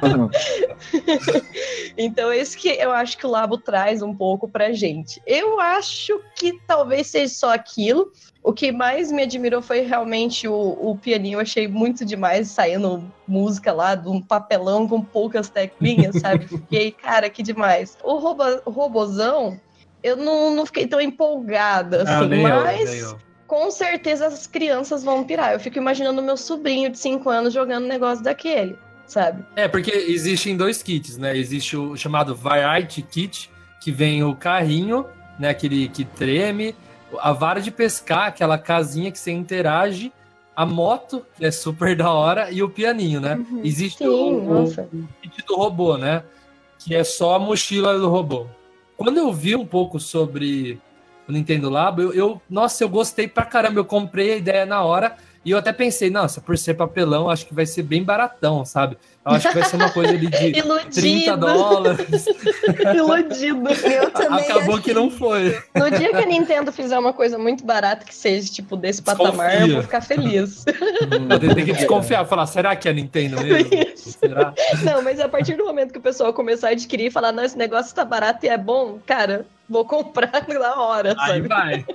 Então, esse que eu acho que o Labo traz um pouco pra gente. Eu acho que talvez seja só aquilo. O que mais me admirou foi realmente o, o pianinho. Eu achei muito demais, saindo música lá de um papelão com poucas teclinhas, sabe? Fiquei, cara, que demais. O, robo, o robozão, eu não, não fiquei tão empolgada, assim, Ah, nem eu, mas... nem eu. Com certeza as crianças vão pirar. Eu fico imaginando meu sobrinho de cinco anos jogando um negócio daquele, sabe? É, porque existem dois kits, né? Existe o chamado Variety Kit, que vem o carrinho, né? Aquele que treme, a vara de pescar, aquela casinha que você interage, a moto, que é super da hora, e o pianinho, né? Uhum. Existe Sim, o, o, nossa. o kit do robô, né? Que é só a mochila do robô. Quando eu vi um pouco sobre o Nintendo Labo, eu, eu, nossa, eu gostei pra caramba, eu comprei a ideia na hora e eu até pensei, nossa, por ser papelão, acho que vai ser bem baratão, sabe? Eu acho que vai ser uma coisa ali de Iludido. trinta dólares. Iludido. Eu também Acabou que achei. não foi. No dia que a Nintendo fizer uma coisa muito barata que seja, tipo, desse Desconfia. patamar, eu vou ficar feliz. Tem que desconfiar, falar, será que é Nintendo mesmo? Isso. Será? Não, mas a partir do momento que o pessoal começar a adquirir e falar, não, esse negócio tá barato e é bom, cara, vou comprar na hora, Aí sabe? vai.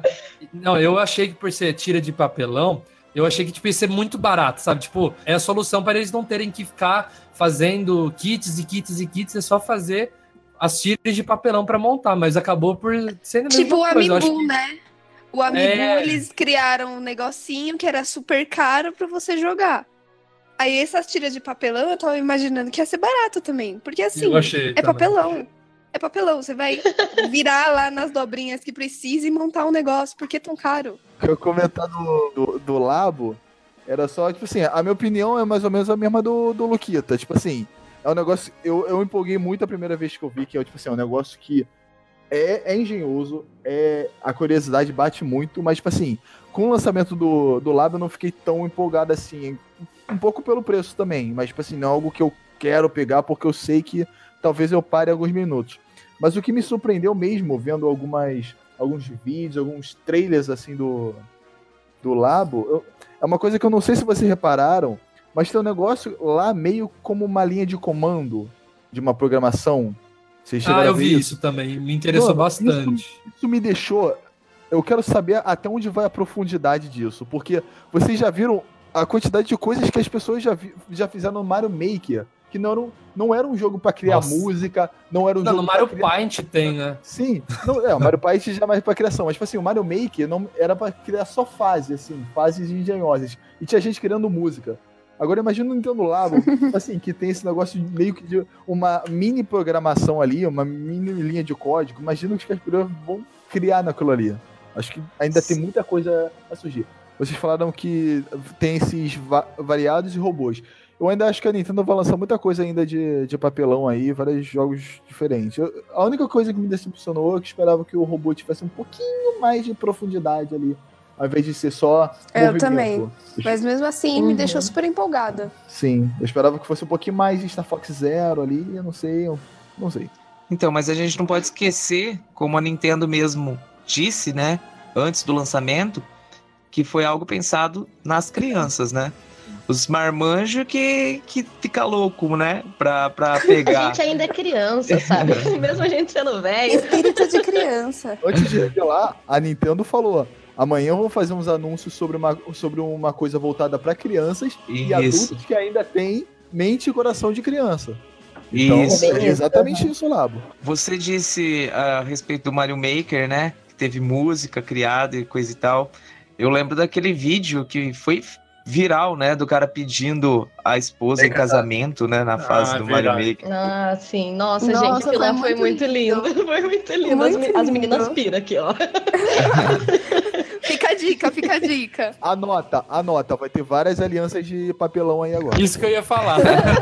Não, eu achei que por ser tira de papelão, eu achei que tipo, ia ser muito barato, sabe? Tipo, é a solução para eles não terem que ficar fazendo kits e kits e kits, é só fazer as tiras de papelão para montar, mas acabou por ser a mesma Tipo o coisa. Eu acho Amiibo, que- né? O Amiibo, É. eles criaram um negocinho que era super caro pra você jogar. Aí essas tiras de papelão, eu tava imaginando que ia ser barato também. Porque assim, Eu achei é também. papelão. É papelão. Você vai virar lá nas dobrinhas que precisa e montar um negócio. Por que tão caro? Eu comentar do, do, do Labo era só, tipo assim, a minha opinião é mais ou menos a mesma do, do Luquita. Tipo assim, é um negócio. Eu, eu empolguei muito a primeira vez que eu vi, que é tipo assim, é um negócio que é, é engenhoso, é, a curiosidade bate muito, mas, tipo assim, com o lançamento do, do Labo eu não fiquei tão empolgado assim. Um pouco pelo preço também, mas, tipo assim, não é algo que eu quero pegar porque eu sei que talvez eu pare alguns minutos. Mas o que me surpreendeu mesmo, vendo algumas, alguns vídeos, alguns trailers assim do, do Labo, eu- é uma coisa que eu não sei se vocês repararam, mas tem um negócio lá meio como uma linha de comando de uma programação. Vocês Ah, chegaram eu a ver vi isso? isso também, me interessou Mano, bastante. Isso me deixou. Eu quero saber até onde vai a profundidade disso, porque vocês já viram a quantidade de coisas que as pessoas já, vi- já fizeram no Mario Maker, que não era um, não era um jogo pra criar Nossa. música, não era um Não, jogo no pra Mario criar... Paint tem, né? Sim, não, é, o Mario Paint já é mais pra criação, mas tipo assim, o Mario Maker não era pra criar só fases, assim, fases engenhosas. E tinha gente criando música. Agora imagina o Nintendo Labo, assim, que tem esse negócio de meio que de uma mini programação ali, uma mini linha de código. Imagina o que as pessoas vão criar naquilo ali. Acho que ainda tem muita coisa a surgir. Vocês falaram que tem esses va- variados e robôs. Eu ainda acho que a Nintendo vai lançar muita coisa ainda de, de papelão aí, vários jogos diferentes. Eu- a única coisa que me decepcionou é que eu esperava que o robô tivesse um pouquinho mais de profundidade ali ao invés de ser só Eu movimento. também. Mas mesmo assim, me Uhum. deixou super empolgada. Sim, eu esperava que fosse um pouquinho mais de Star Fox Zero ali, eu não sei, eu não sei. Então, mas a gente não pode esquecer, como a Nintendo mesmo disse, né, antes do lançamento, que foi algo pensado nas crianças, né? Os marmanjos que, que fica louco, né, pra, pra A pegar. gente ainda é criança, sabe? Mesmo a gente sendo velho. Espírito de criança. Antes de revelar, a Nintendo falou: amanhã eu vou fazer uns anúncios sobre uma, sobre uma coisa voltada para crianças e Isso. adultos que ainda têm mente e coração de criança. Então, Isso. é exatamente isso, Labo. Você disse a respeito do Mario Maker, né? Que teve música criada e coisa e tal. Eu lembro daquele vídeo que foi viral, né? Do cara pedindo a esposa em casamento, né? Na fase Ah, do verdade. Mario Maker. Ah, sim. Nossa, Nossa, gente, aquilo lá foi foi muito muito lindo. lindo. Foi muito lindo. Muito as, me- as meninas lindo. piram aqui, ó. Fica a dica, fica a dica. Anota, anota, vai ter várias alianças de papelão aí agora. Isso que eu ia falar.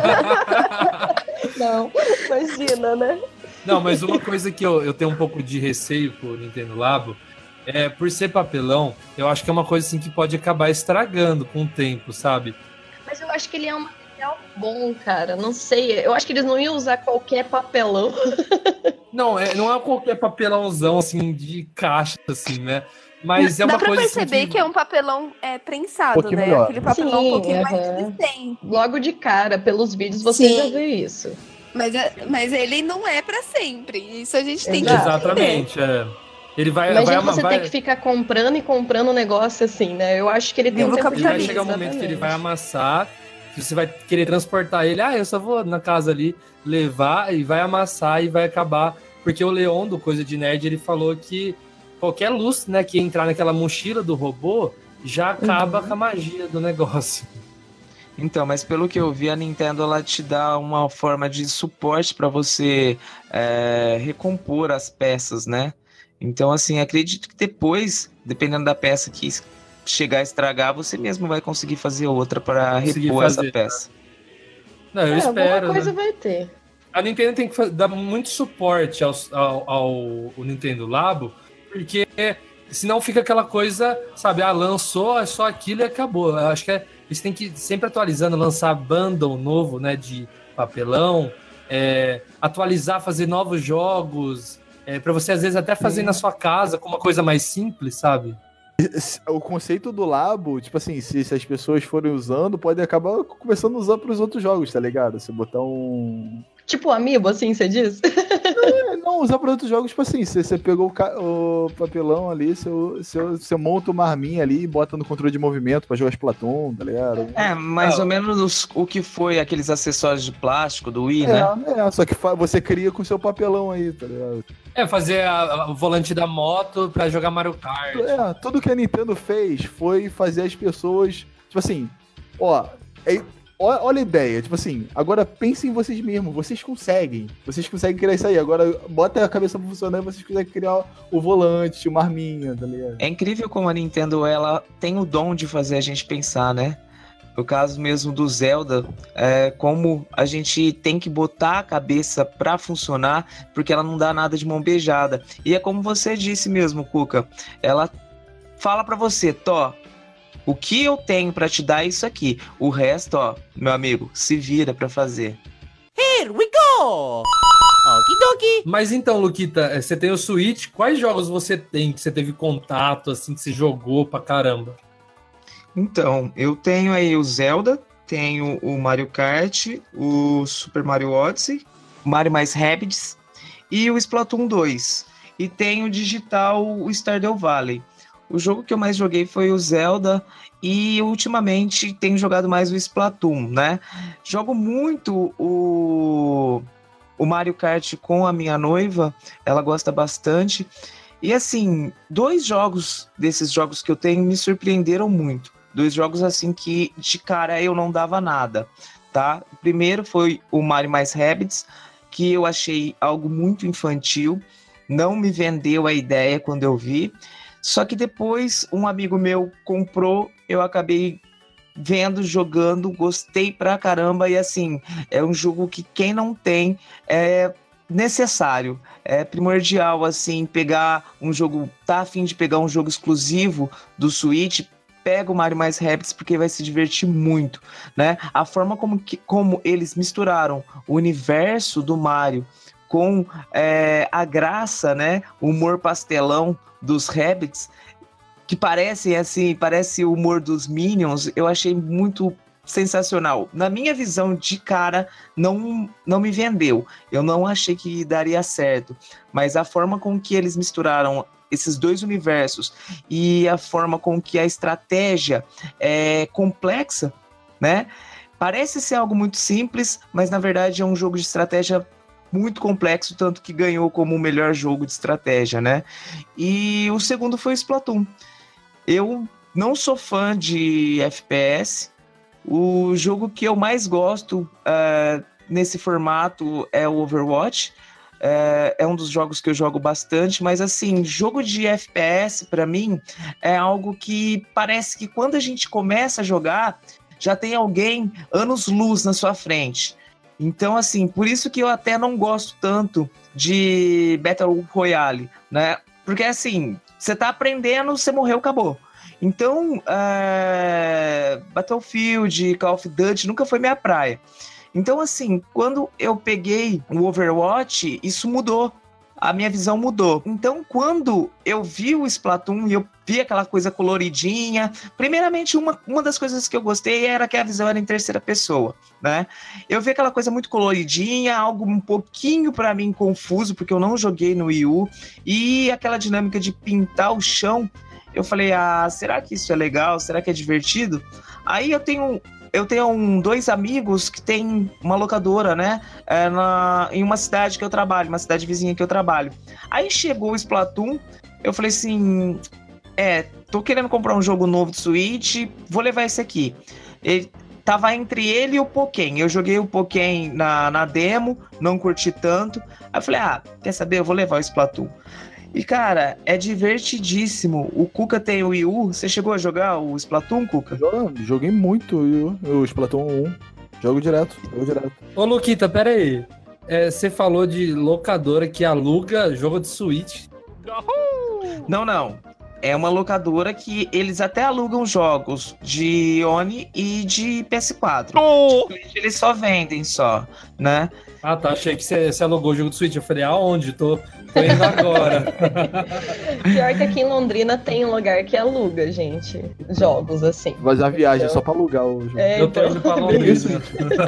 Não, imagina, né? Não, mas uma coisa que eu, eu tenho um pouco de receio com o Nintendo Labo é, por ser papelão, eu acho que é uma coisa assim que pode acabar estragando com o tempo, sabe? Mas eu acho que ele é um material bom, cara. Não sei. Eu acho que eles não iam usar qualquer papelão. Não, é, não é qualquer papelãozão assim de caixa, assim, né? Mas é Dá uma pra coisa perceber assim que... é um papelão é, prensado, Um pouquinho né? melhor. Aquele papelão Sim, um pouquinho mais aham. resistente. Logo de cara, pelos vídeos, você Sim. já vê isso. Mas, é- mas ele não é pra sempre. Isso a gente tem que Exato. entender. Exatamente, é. Ele vai, Imagina vai, ama- você vai, ter que ficar comprando e comprando um negócio assim, né? Eu acho que ele tem um Viva o tempo de ele vai capitalismo, vida, chegar um momento que ele vai exatamente. amassar, que você vai querer transportar ele, ah, eu só vou na casa ali levar e vai amassar e vai acabar. Porque o Leon, do Coisa de Nerd, ele falou que qualquer luz, né, que entrar naquela mochila do robô já acaba Uhum. com a magia do negócio. Então, mas pelo que eu vi, a Nintendo ela te dá uma forma de suporte para você é, recompor as peças, né? Então, assim, acredito que depois, dependendo da peça que es- chegar a estragar, você mesmo vai conseguir fazer outra para Conseguir repor fazer, essa peça. Não, eu É, espero, alguma coisa né? vai ter. A Nintendo tem que fa- dar muito suporte ao, ao, ao o Nintendo Labo, porque senão fica aquela coisa, sabe, ah, lançou, é só aquilo e acabou. Eu acho que é, eles têm que ir sempre atualizando, lançar bundle novo, né, de papelão, é, atualizar, fazer novos jogos, é, para você às vezes até fazer Sim. na sua casa com uma coisa mais simples, sabe? O conceito do Labo, tipo assim, se, se as pessoas forem usando, pode acabar começando a usar pros outros jogos, tá ligado? Você botar um. Tipo amiibo, assim, você diz? É, não, usar para outros jogos, tipo assim, você, você pegou o, ca- o papelão ali, você, você, você monta uma arminha ali e bota no controle de movimento pra jogar Splatoon, tá ligado? É, mais Ah, ou menos os- o que foi aqueles acessórios de plástico do Wii, né? É, é, só que fa- você cria com o seu papelão aí, tá ligado? É, fazer a- a- o volante da moto pra jogar Mario Kart. É, tudo que a Nintendo fez foi fazer as pessoas, tipo assim, ó, é- ó- olha a ideia, tipo assim, agora pensem em vocês mesmos, vocês conseguem, vocês conseguem criar isso aí, agora bota a cabeça pra funcionar e vocês conseguem criar o volante, uma arminha, tá ligado? É incrível como a Nintendo ela tem o dom de fazer a gente pensar, né? No caso mesmo do Zelda, é, como a gente tem que botar a cabeça pra funcionar, porque ela não dá nada de mão beijada. E é como você disse mesmo, Cuca, ela fala pra você, Tó, o que eu tenho pra te dar é isso aqui. O resto, ó, meu amigo, se vira pra fazer. Here we go! Okidoki! Mas então, Luquita, eh, você tem o Switch, quais jogos você tem que você teve contato, assim, que você jogou pra caramba? Então, eu tenho aí o Zelda, tenho o Mario Kart, o Super Mario Odyssey, o Mario mais Rabbids e o Splatoon dois. E tenho digital o Stardew Valley. O jogo que eu mais joguei foi o Zelda e ultimamente tenho jogado mais o Splatoon, né? Jogo muito o, o Mario Kart com a minha noiva, ela gosta bastante. E assim, dois jogos desses jogos que eu tenho me surpreenderam muito. Dois jogos assim que de cara eu não dava nada, tá? O primeiro foi o Mario mais Rabbids, que eu achei algo muito infantil, não me vendeu a ideia quando eu vi. Só que depois um amigo meu comprou, eu acabei vendo, jogando, gostei pra caramba. E assim, é um jogo que quem não tem é, necessário, é primordial, assim, pegar um jogo, tá a fim de pegar um jogo exclusivo do Switch, pega o Mario mais Rabbids porque vai se divertir muito, né? A forma como, que, como eles misturaram o universo do Mario com é, a graça, né? O humor pastelão dos Rabbids, que parece, assim, parece o humor dos Minions, eu achei muito sensacional. Na minha visão de cara, não, não me vendeu. Eu não achei que daria certo. Mas a forma com que eles misturaram esses dois universos e a forma com que a estratégia é complexa, né? Parece ser algo muito simples, mas na verdade é um jogo de estratégia muito complexo, tanto que ganhou como o melhor jogo de estratégia, né? E o segundo foi o Splatoon. Eu não sou fã de F P S. O jogo que eu mais gosto uh, nesse formato é o Overwatch. É, é um dos jogos que eu jogo bastante, mas assim, jogo de F P S pra mim é algo que parece que quando a gente começa a jogar, já tem alguém anos-luz na sua frente. Então, assim, por isso que eu até não gosto tanto de Battle Royale, né? Porque assim, você tá aprendendo, você morreu, acabou. Então, é... Battlefield, Call of Duty nunca foi minha praia. Então, assim, quando eu peguei o Overwatch, isso mudou. A minha visão mudou. Então, quando eu vi o Splatoon e eu vi aquela coisa coloridinha, primeiramente, uma, uma das coisas que eu gostei era que a visão era em terceira pessoa, né? Eu vi aquela coisa muito coloridinha, algo um pouquinho pra mim confuso, porque eu não joguei no Wii U, e aquela dinâmica de pintar o chão, eu falei, ah, será que isso é legal? Será que é divertido? Aí eu tenho... Eu tenho um, dois amigos que tem uma locadora, né? É na, em uma cidade que eu trabalho, uma cidade vizinha que eu trabalho. Aí chegou o Splatoon, eu falei assim, é, tô querendo comprar um jogo novo de Switch, vou levar esse aqui. Ele tava entre ele e o Pokémon. Eu joguei o Pokémon na, na demo, não curti tanto. Aí eu falei, ah, quer saber? Eu vou levar o Splatoon. E, cara, é divertidíssimo. O Cuca tem o Wii U. Você chegou a jogar o Splatoon, Cuca? Eu joguei muito o, o Splatoon um. Jogo direto, jogo direto. Ô, Luquita, pera aí. É, você falou de locadora que aluga jogo de Switch. Não, não. É uma locadora que eles até alugam jogos de Oni e de P S quatro. Oh! De Switch eles só vendem, só, né? Ah, tá. Achei que você, você alugou o jogo de Switch. Eu falei, aonde? Tô, tô indo agora. Pior que aqui em Londrina tem um lugar que aluga, gente, jogos assim. Fazer uma viagem Então- só pra alugar o jogo. É, Eu tô então- indo pra Londrina.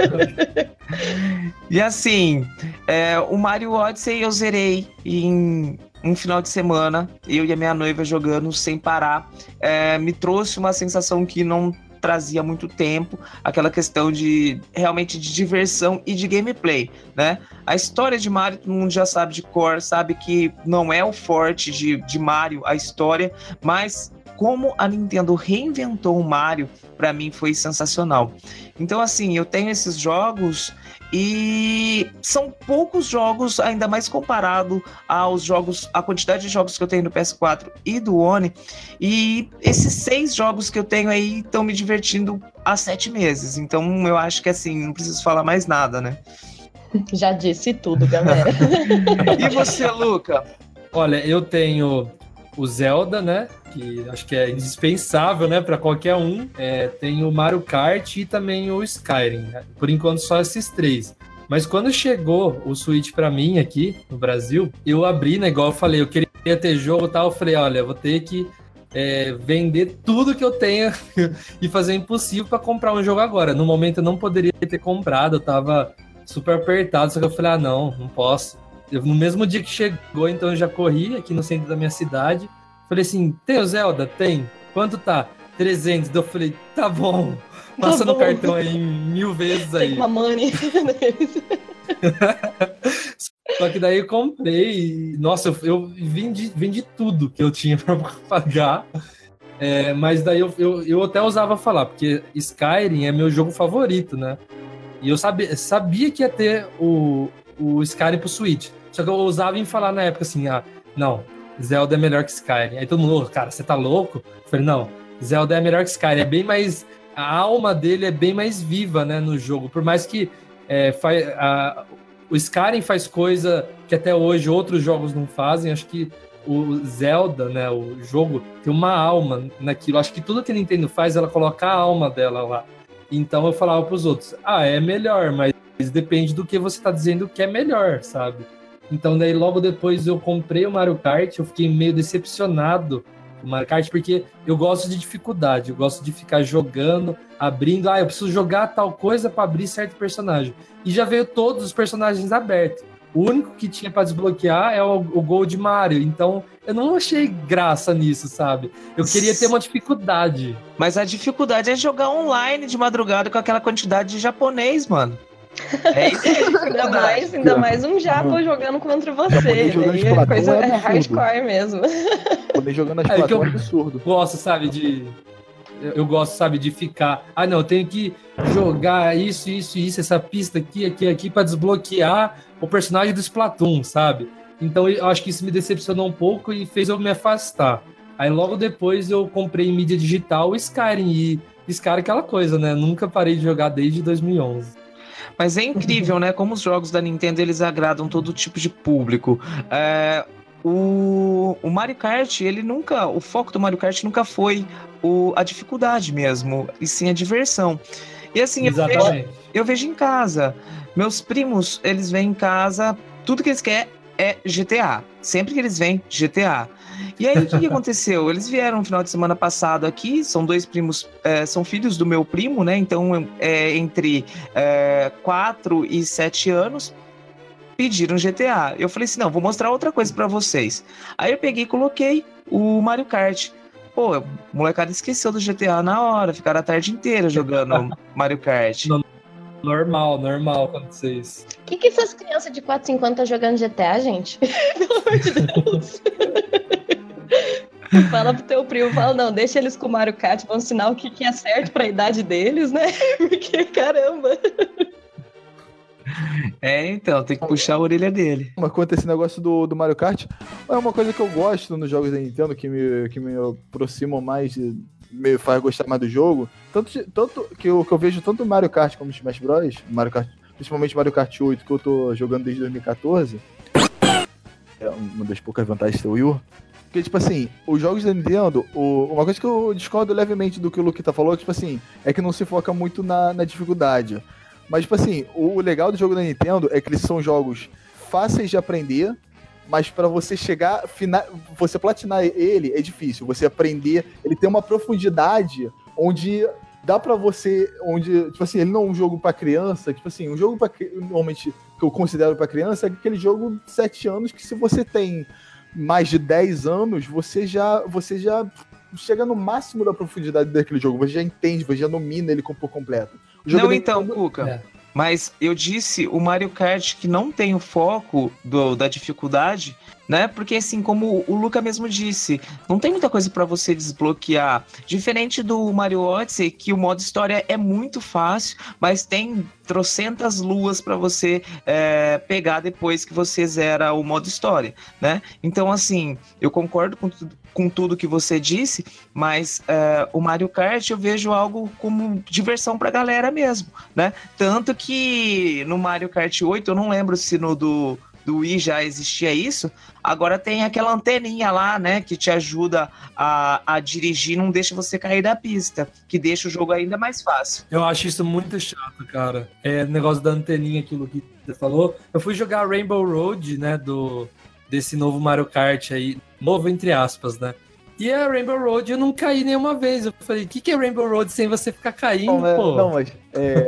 E assim, é, o Mario Odyssey eu zerei em um final de semana, eu e a minha noiva jogando sem parar. É, me trouxe uma sensação que não trazia muito tempo, aquela questão de realmente de diversão e de gameplay, né? A história de Mario, todo mundo já sabe de cor, sabe que não é o forte de, de Mario, a história, mas como a Nintendo reinventou o Mario, pra mim foi sensacional. Então, assim, eu tenho esses jogos e são poucos jogos, ainda mais comparado aos jogos, a quantidade de jogos que eu tenho no P S quatro e do One. E esses seis jogos que eu tenho aí estão me divertindo há sete meses. Então, eu acho que, assim, não preciso falar mais nada, né? Já disse tudo, galera. E você, Luca? Olha, eu tenho o Zelda, né? Que acho que é indispensável, né? Pra qualquer um. É, tem o Mario Kart e também o Skyrim. Né? Por enquanto, só esses três. Mas quando chegou o Switch pra mim aqui no Brasil, eu abri, né? Igual eu falei, eu queria ter jogo e tal. Eu falei, olha, eu vou ter que é, vender tudo que eu tenho e fazer o impossível pra comprar um jogo agora. No momento eu não poderia ter comprado, eu tava super apertado. Só que eu falei, ah, não, não posso. Eu, no mesmo dia que chegou, então eu já corri aqui no centro da minha cidade. Falei assim, tem o Zelda? Tem. Quanto tá? trezentos. Eu falei, tá bom. Passa Tá no bom. cartão aí mil vezes aí. Tem uma money. Só que daí eu comprei. E, nossa, eu, eu vendi, vendi tudo que eu tinha pra pagar. É, mas daí eu, eu, eu até ousava falar, porque Skyrim é meu jogo favorito, né? E eu sabia, sabia que ia ter o, o Skyrim pro Switch. Só que eu ousava em falar na época assim, ah, não, Zelda é melhor que Skyrim. Aí todo mundo, oh, cara, você tá louco? Eu falei, não, Zelda é melhor que Skyrim. É bem mais... A alma dele é bem mais viva, né, no jogo. Por mais que é, fa, a, O Skyrim faz coisa que até hoje outros jogos não fazem. Acho que o Zelda, né, o jogo, tem uma alma naquilo. Acho que tudo que a Nintendo faz, ela coloca a alma dela lá. Então eu falava pros outros, ah, é melhor, mas depende do que você tá dizendo que é melhor, sabe? Então daí logo depois eu comprei o Mario Kart, eu fiquei meio decepcionado com o Mario Kart, porque eu gosto de dificuldade, eu gosto de ficar jogando, abrindo, ah, eu preciso jogar tal coisa pra abrir certo personagem. E já veio todos os personagens abertos. O único que tinha pra desbloquear é o, o Gold Mario, então eu não achei graça nisso, sabe? Eu queria ter uma dificuldade. Mas a dificuldade é jogar online de madrugada com aquela quantidade de japonês, mano. É isso. Ainda mais, ainda mais um japo jogando contra você. jogando Né? Splatoon É coisa é é absurdo. hardcore mesmo. Poder jogar na É que Splatoon eu- é absurdo. Gosto, sabe, de... Eu eu gosto, sabe, de ficar... Ah, não, eu tenho que jogar isso, isso, isso, essa pista aqui, aqui, aqui, pra desbloquear o personagem do Splatoon, sabe? Então eu acho que isso me decepcionou um pouco e fez eu me afastar. Aí logo depois eu comprei em mídia digital o Skyrim. E Skyrim é aquela coisa, né? Nunca parei de jogar desde dois mil e onze. Mas é incrível, né? Como os jogos da Nintendo, eles agradam todo tipo de público. É, o, o Mario Kart, ele nunca... O foco do Mario Kart nunca foi o, a dificuldade mesmo, e sim a diversão. E assim, eu vejo, Exatamente. eu vejo em casa. Meus primos, eles vêm em casa, tudo que eles querem é G T A. Sempre que eles vêm, G T A. E aí, o que, que aconteceu? Eles vieram no final de semana passado aqui, são dois primos, é, são filhos do meu primo, né? Então, é entre é, quatro e sete anos, pediram G T A. Eu falei assim, não, vou mostrar outra coisa pra vocês. Aí eu peguei e coloquei o Mario Kart. Pô, o molecada esqueceu do G T A na hora, ficaram a tarde inteira jogando Mario Kart. Não. Normal, normal acontecer isso. O que, que essas crianças de quatro, cinco anos estão jogando G T A, gente? Pelo amor de Deus. Fala pro teu primo, fala, não, deixa eles com o Mario Kart, vão ensinar o que, que é certo pra idade deles, né? Porque, caramba. É, então, tem que puxar a orelha dele. Mas quanto a esse negócio do, do Mario Kart, é uma coisa que eu gosto nos jogos da Nintendo, que me, que me aproximam mais, de, me faz gostar mais do jogo. Tanto, de- tanto que, eu, que eu vejo tanto Mario Kart como Smash Bros. Mario Kart, principalmente Mario Kart oito, que eu tô jogando desde dois mil e catorze. É uma das poucas vantagens de ter o Wii U. Porque, tipo assim, os jogos da Nintendo, o- uma coisa que eu discordo levemente do que o Luquita falou, tipo assim, é que não se foca muito na, na dificuldade. Mas, tipo assim, o, o legal do jogo da Nintendo é que eles são jogos fáceis de aprender, mas pra você chegar, fina, você platinar ele é difícil. Você aprender, ele tem uma profundidade onde dá pra você, onde, tipo assim, ele não é um jogo pra criança, tipo assim, um jogo pra, cri- normalmente que eu considero pra criança é aquele jogo de sete anos que se você tem mais de dez anos, você já, você já chega no máximo da profundidade daquele jogo, você já entende, você já domina ele por completo. O jogo Não, da então, Nintendo- Cuca. É. Mas eu disse o Mario Kart que não tem o foco do- da dificuldade, né? Porque assim, como o Luca mesmo disse, não tem muita coisa pra você desbloquear. Diferente do Mario Odyssey, que o modo história é muito fácil, mas tem trocentas luas pra você é, pegar depois que você zera o modo história, né? Então, assim, eu concordo com tudo, com tudo que você disse, mas é, o Mario Kart eu vejo algo como diversão pra galera mesmo, né? Tanto que no Mario Kart oito, eu não lembro se no do, do Wii já existia isso, agora tem aquela anteninha lá, né, que te ajuda a, a dirigir, não deixa você cair da pista, que deixa o jogo ainda mais fácil. Eu acho isso muito chato, cara. É negócio da anteninha que o Luquita falou. Eu fui jogar Rainbow Road, né, do, desse novo Mario Kart aí, novo entre aspas, né? E a Rainbow Road eu não caí nenhuma vez. Eu falei, o que, que é Rainbow Road sem você ficar caindo, Não, é- pô? não, mas. É,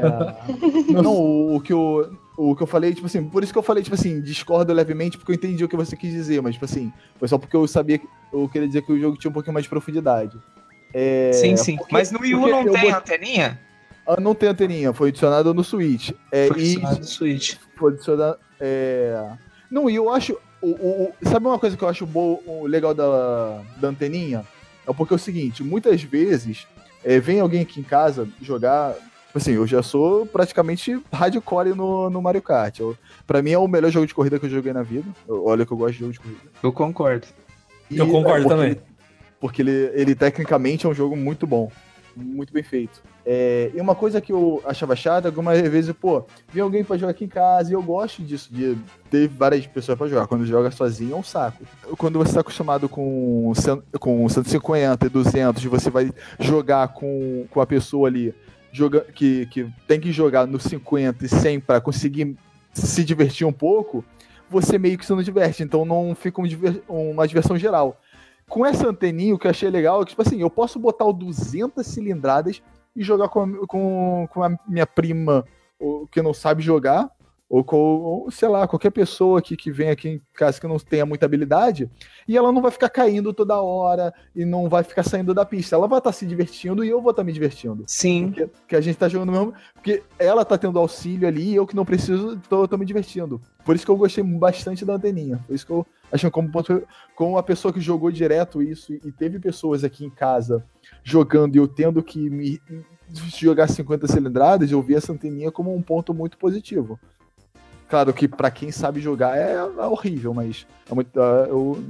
não, o, o que eu. O que eu falei, tipo assim, por isso que eu falei, tipo assim, discordo levemente, porque eu entendi o que você quis dizer, mas, tipo assim, foi só porque eu sabia que. Eu queria dizer que o jogo tinha um pouquinho mais de profundidade. É, sim, sim. porque- Mas no Wii U porque não eu tem bot- anteninha? Ah, não tem anteninha, foi adicionado no Switch. É, Foi e adicionado no Switch. foi adicionado. É... Não, e eu acho. O, o, o- sabe uma coisa que eu acho boa, o legal da, da anteninha? É porque é o seguinte, muitas vezes é, vem alguém aqui em casa jogar. Tipo assim, eu já sou praticamente hardcore no, no Mario Kart. Eu, pra mim é o melhor jogo de corrida que eu joguei na vida. Eu- olha que eu gosto de jogo de corrida. Eu concordo. E, Eu concordo é, porque também. ele- porque ele, ele tecnicamente é um jogo muito bom. muito bem feito. É, e uma coisa que eu achava chata, algumas vezes, pô, vi alguém pra jogar aqui em casa e eu gosto disso, de ter várias pessoas pra jogar. Quando joga sozinho é um saco. Quando você tá acostumado com, com cento e cinquenta e duzentos, você vai jogar com, com a pessoa ali joga, que, que tem que jogar no cinquenta e cem pra conseguir se divertir um pouco, você meio que se não diverte, então não fica um diver, uma diversão geral. Com essa anteninha, o que eu achei legal é que, tipo assim, eu posso botar o duzentas cilindradas e jogar com a, com, com a minha prima ou, que não sabe jogar, ou com, ou, sei lá, qualquer pessoa aqui que vem aqui em casa que não tenha muita habilidade, e ela não vai ficar caindo toda hora e não vai ficar saindo da pista. Ela vai estar se divertindo e eu vou estar me divertindo. Sim. Porque, porque a gente tá jogando mesmo. Porque ela tá tendo auxílio ali e eu que não preciso, tô, tô me divertindo. Por isso que eu gostei bastante da anteninha. Por isso que eu achei como, como uma pessoa que jogou direto isso e teve pessoas aqui em casa jogando e eu tendo que me jogar cinquenta cilindradas, eu vi essa anteninha como um ponto muito positivo. Claro que pra quem sabe jogar é, é horrível, mas é muito, uh, eu,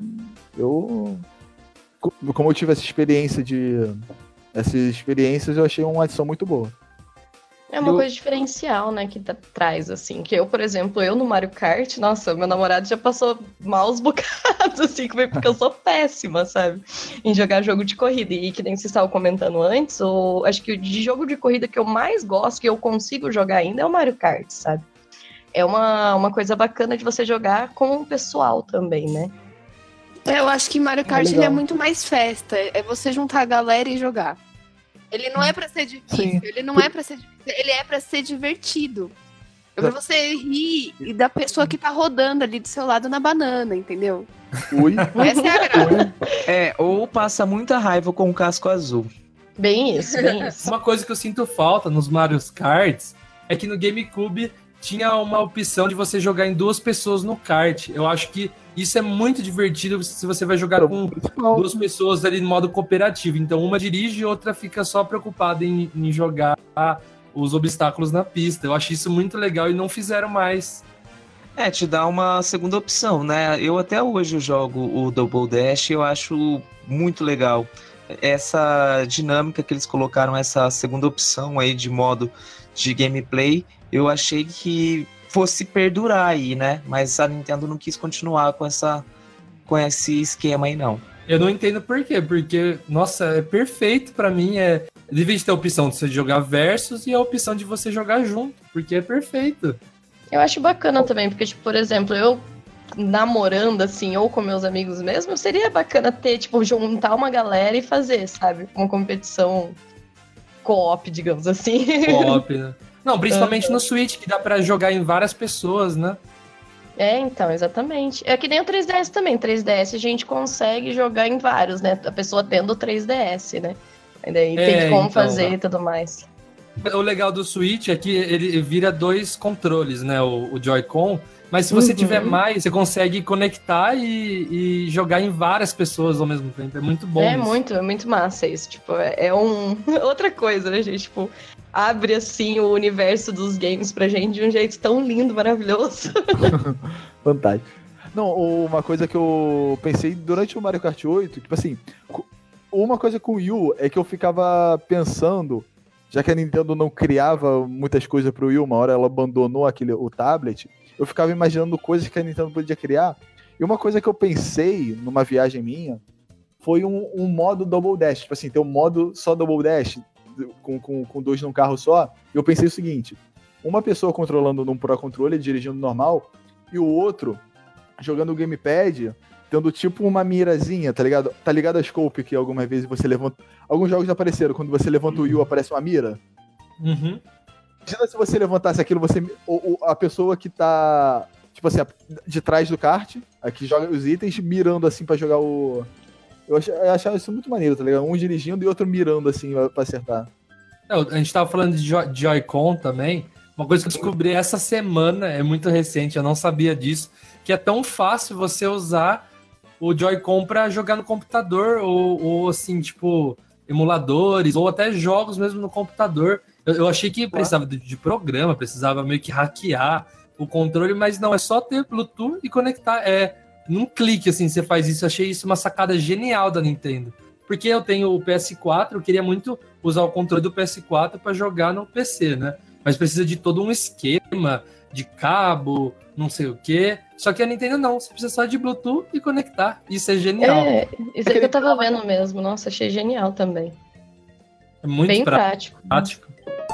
eu como eu tive essa experiência de essas experiências, eu achei uma adição muito boa. É uma eu... coisa diferencial, né, que tá, traz, assim, que eu, por exemplo, eu no Mario Kart, nossa, meu namorado já passou maus bocados, assim, porque eu sou péssima, sabe, em jogar jogo de corrida, e que nem vocês estavam comentando antes, o, acho que o de jogo de corrida que eu mais gosto, que eu consigo jogar ainda, é o Mario Kart, sabe. É uma, uma coisa bacana de você jogar com o pessoal também, né? Eu acho que Mario Kart É ele é muito mais festa. É você juntar a galera e jogar. Ele não é pra ser difícil. Sim. Ele não é pra ser difícil. Ele é pra ser divertido. É pra você rir e da pessoa que tá rodando ali do seu lado na banana, entendeu? Ui. Essa é a graça. É, ou passa muita raiva com o casco azul. Bem isso, bem isso. Uma coisa que eu sinto falta nos Mario Karts é que no GameCube tinha uma opção de você jogar em duas pessoas no kart. Eu acho que isso é muito divertido se você vai jogar com duas pessoas ali no modo cooperativo. Então uma dirige e outra fica só preocupada em, em jogar os obstáculos na pista. Eu acho isso muito legal e não fizeram mais. É, te dá uma segunda opção, né? Eu até hoje jogo o Double Dash e eu acho muito legal essa dinâmica que eles colocaram, essa segunda opção aí de modo de gameplay. Eu achei que fosse perdurar aí, né? Mas a Nintendo não quis continuar com, essa, com esse esquema aí, não. Eu não entendo por quê, porque, nossa, é perfeito pra mim. É... Devia ter a opção de você jogar versus e a opção de você jogar junto, porque é perfeito. Eu acho bacana também, porque, tipo, por exemplo, eu namorando, assim, ou com meus amigos mesmo, seria bacana ter, tipo, juntar uma galera e fazer, sabe? Uma competição co-op, digamos assim. Co-op, né? Não, principalmente uhum. no Switch, que dá pra jogar em várias pessoas, né? É, então, exatamente. É que nem o três D S também. três D S a gente consegue jogar em vários, né? A pessoa tendo o três D S, né? E daí é, tem como então, fazer e tudo mais. O legal do Switch é que ele vira dois controles, né? O, o Joy-Con. Mas se você uhum. tiver mais, você consegue conectar e, e jogar em várias pessoas ao mesmo tempo. É muito bom. É isso. muito, é muito massa isso. Tipo, é, é um... outra coisa, né, gente? Tipo, abre, assim, o universo dos games pra gente de um jeito tão lindo, maravilhoso. Fantástico. Não, uma coisa que eu pensei durante o Mario Kart oito, tipo assim, uma coisa com o Wii U é que eu ficava pensando, já que a Nintendo não criava muitas coisas pro Wii U, uma hora ela abandonou aquele, o tablet, eu ficava imaginando coisas que a Nintendo podia criar. E uma coisa que eu pensei numa viagem minha foi um, um modo Double Dash. Tipo assim, ter um modo só Double Dash, com, com, com dois num carro só. E eu pensei o seguinte, uma pessoa controlando num Pro Controller, dirigindo normal, e o outro jogando o gamepad, tendo tipo uma mirazinha, tá ligado? Tá ligado a scope que algumas vezes você levanta... Alguns jogos apareceram, quando você levanta o Wii U, aparece uma mira. Uhum. Imagina se você levantasse aquilo, você, ou, ou a pessoa que tá, tipo assim, de trás do kart, aqui joga os itens, mirando assim pra jogar o... Eu achava isso muito maneiro, tá ligado? Um dirigindo e outro mirando assim pra acertar. É, a gente tava falando de jo- Joy-Con também. Uma coisa que eu descobri essa semana, é muito recente, eu não sabia disso, que é tão fácil você usar o Joy-Con pra jogar no computador, ou, ou assim, tipo, emuladores, ou até jogos mesmo no computador. Eu, eu achei que precisava de, de programa, precisava meio que hackear o controle, mas não, é só ter Bluetooth e conectar. É, num clique, assim, você faz isso. Eu achei isso uma sacada genial da Nintendo. Porque eu tenho o P S quatro, eu queria muito usar o controle do P S quatro para jogar no P C, né? Mas precisa de todo um esquema de cabo, não sei o quê. Só que a Nintendo não, você precisa só de Bluetooth e conectar. Isso é genial. É, isso aí que eu tava vendo mesmo. Nossa, achei genial também. É muito Bem pra- prático. prático.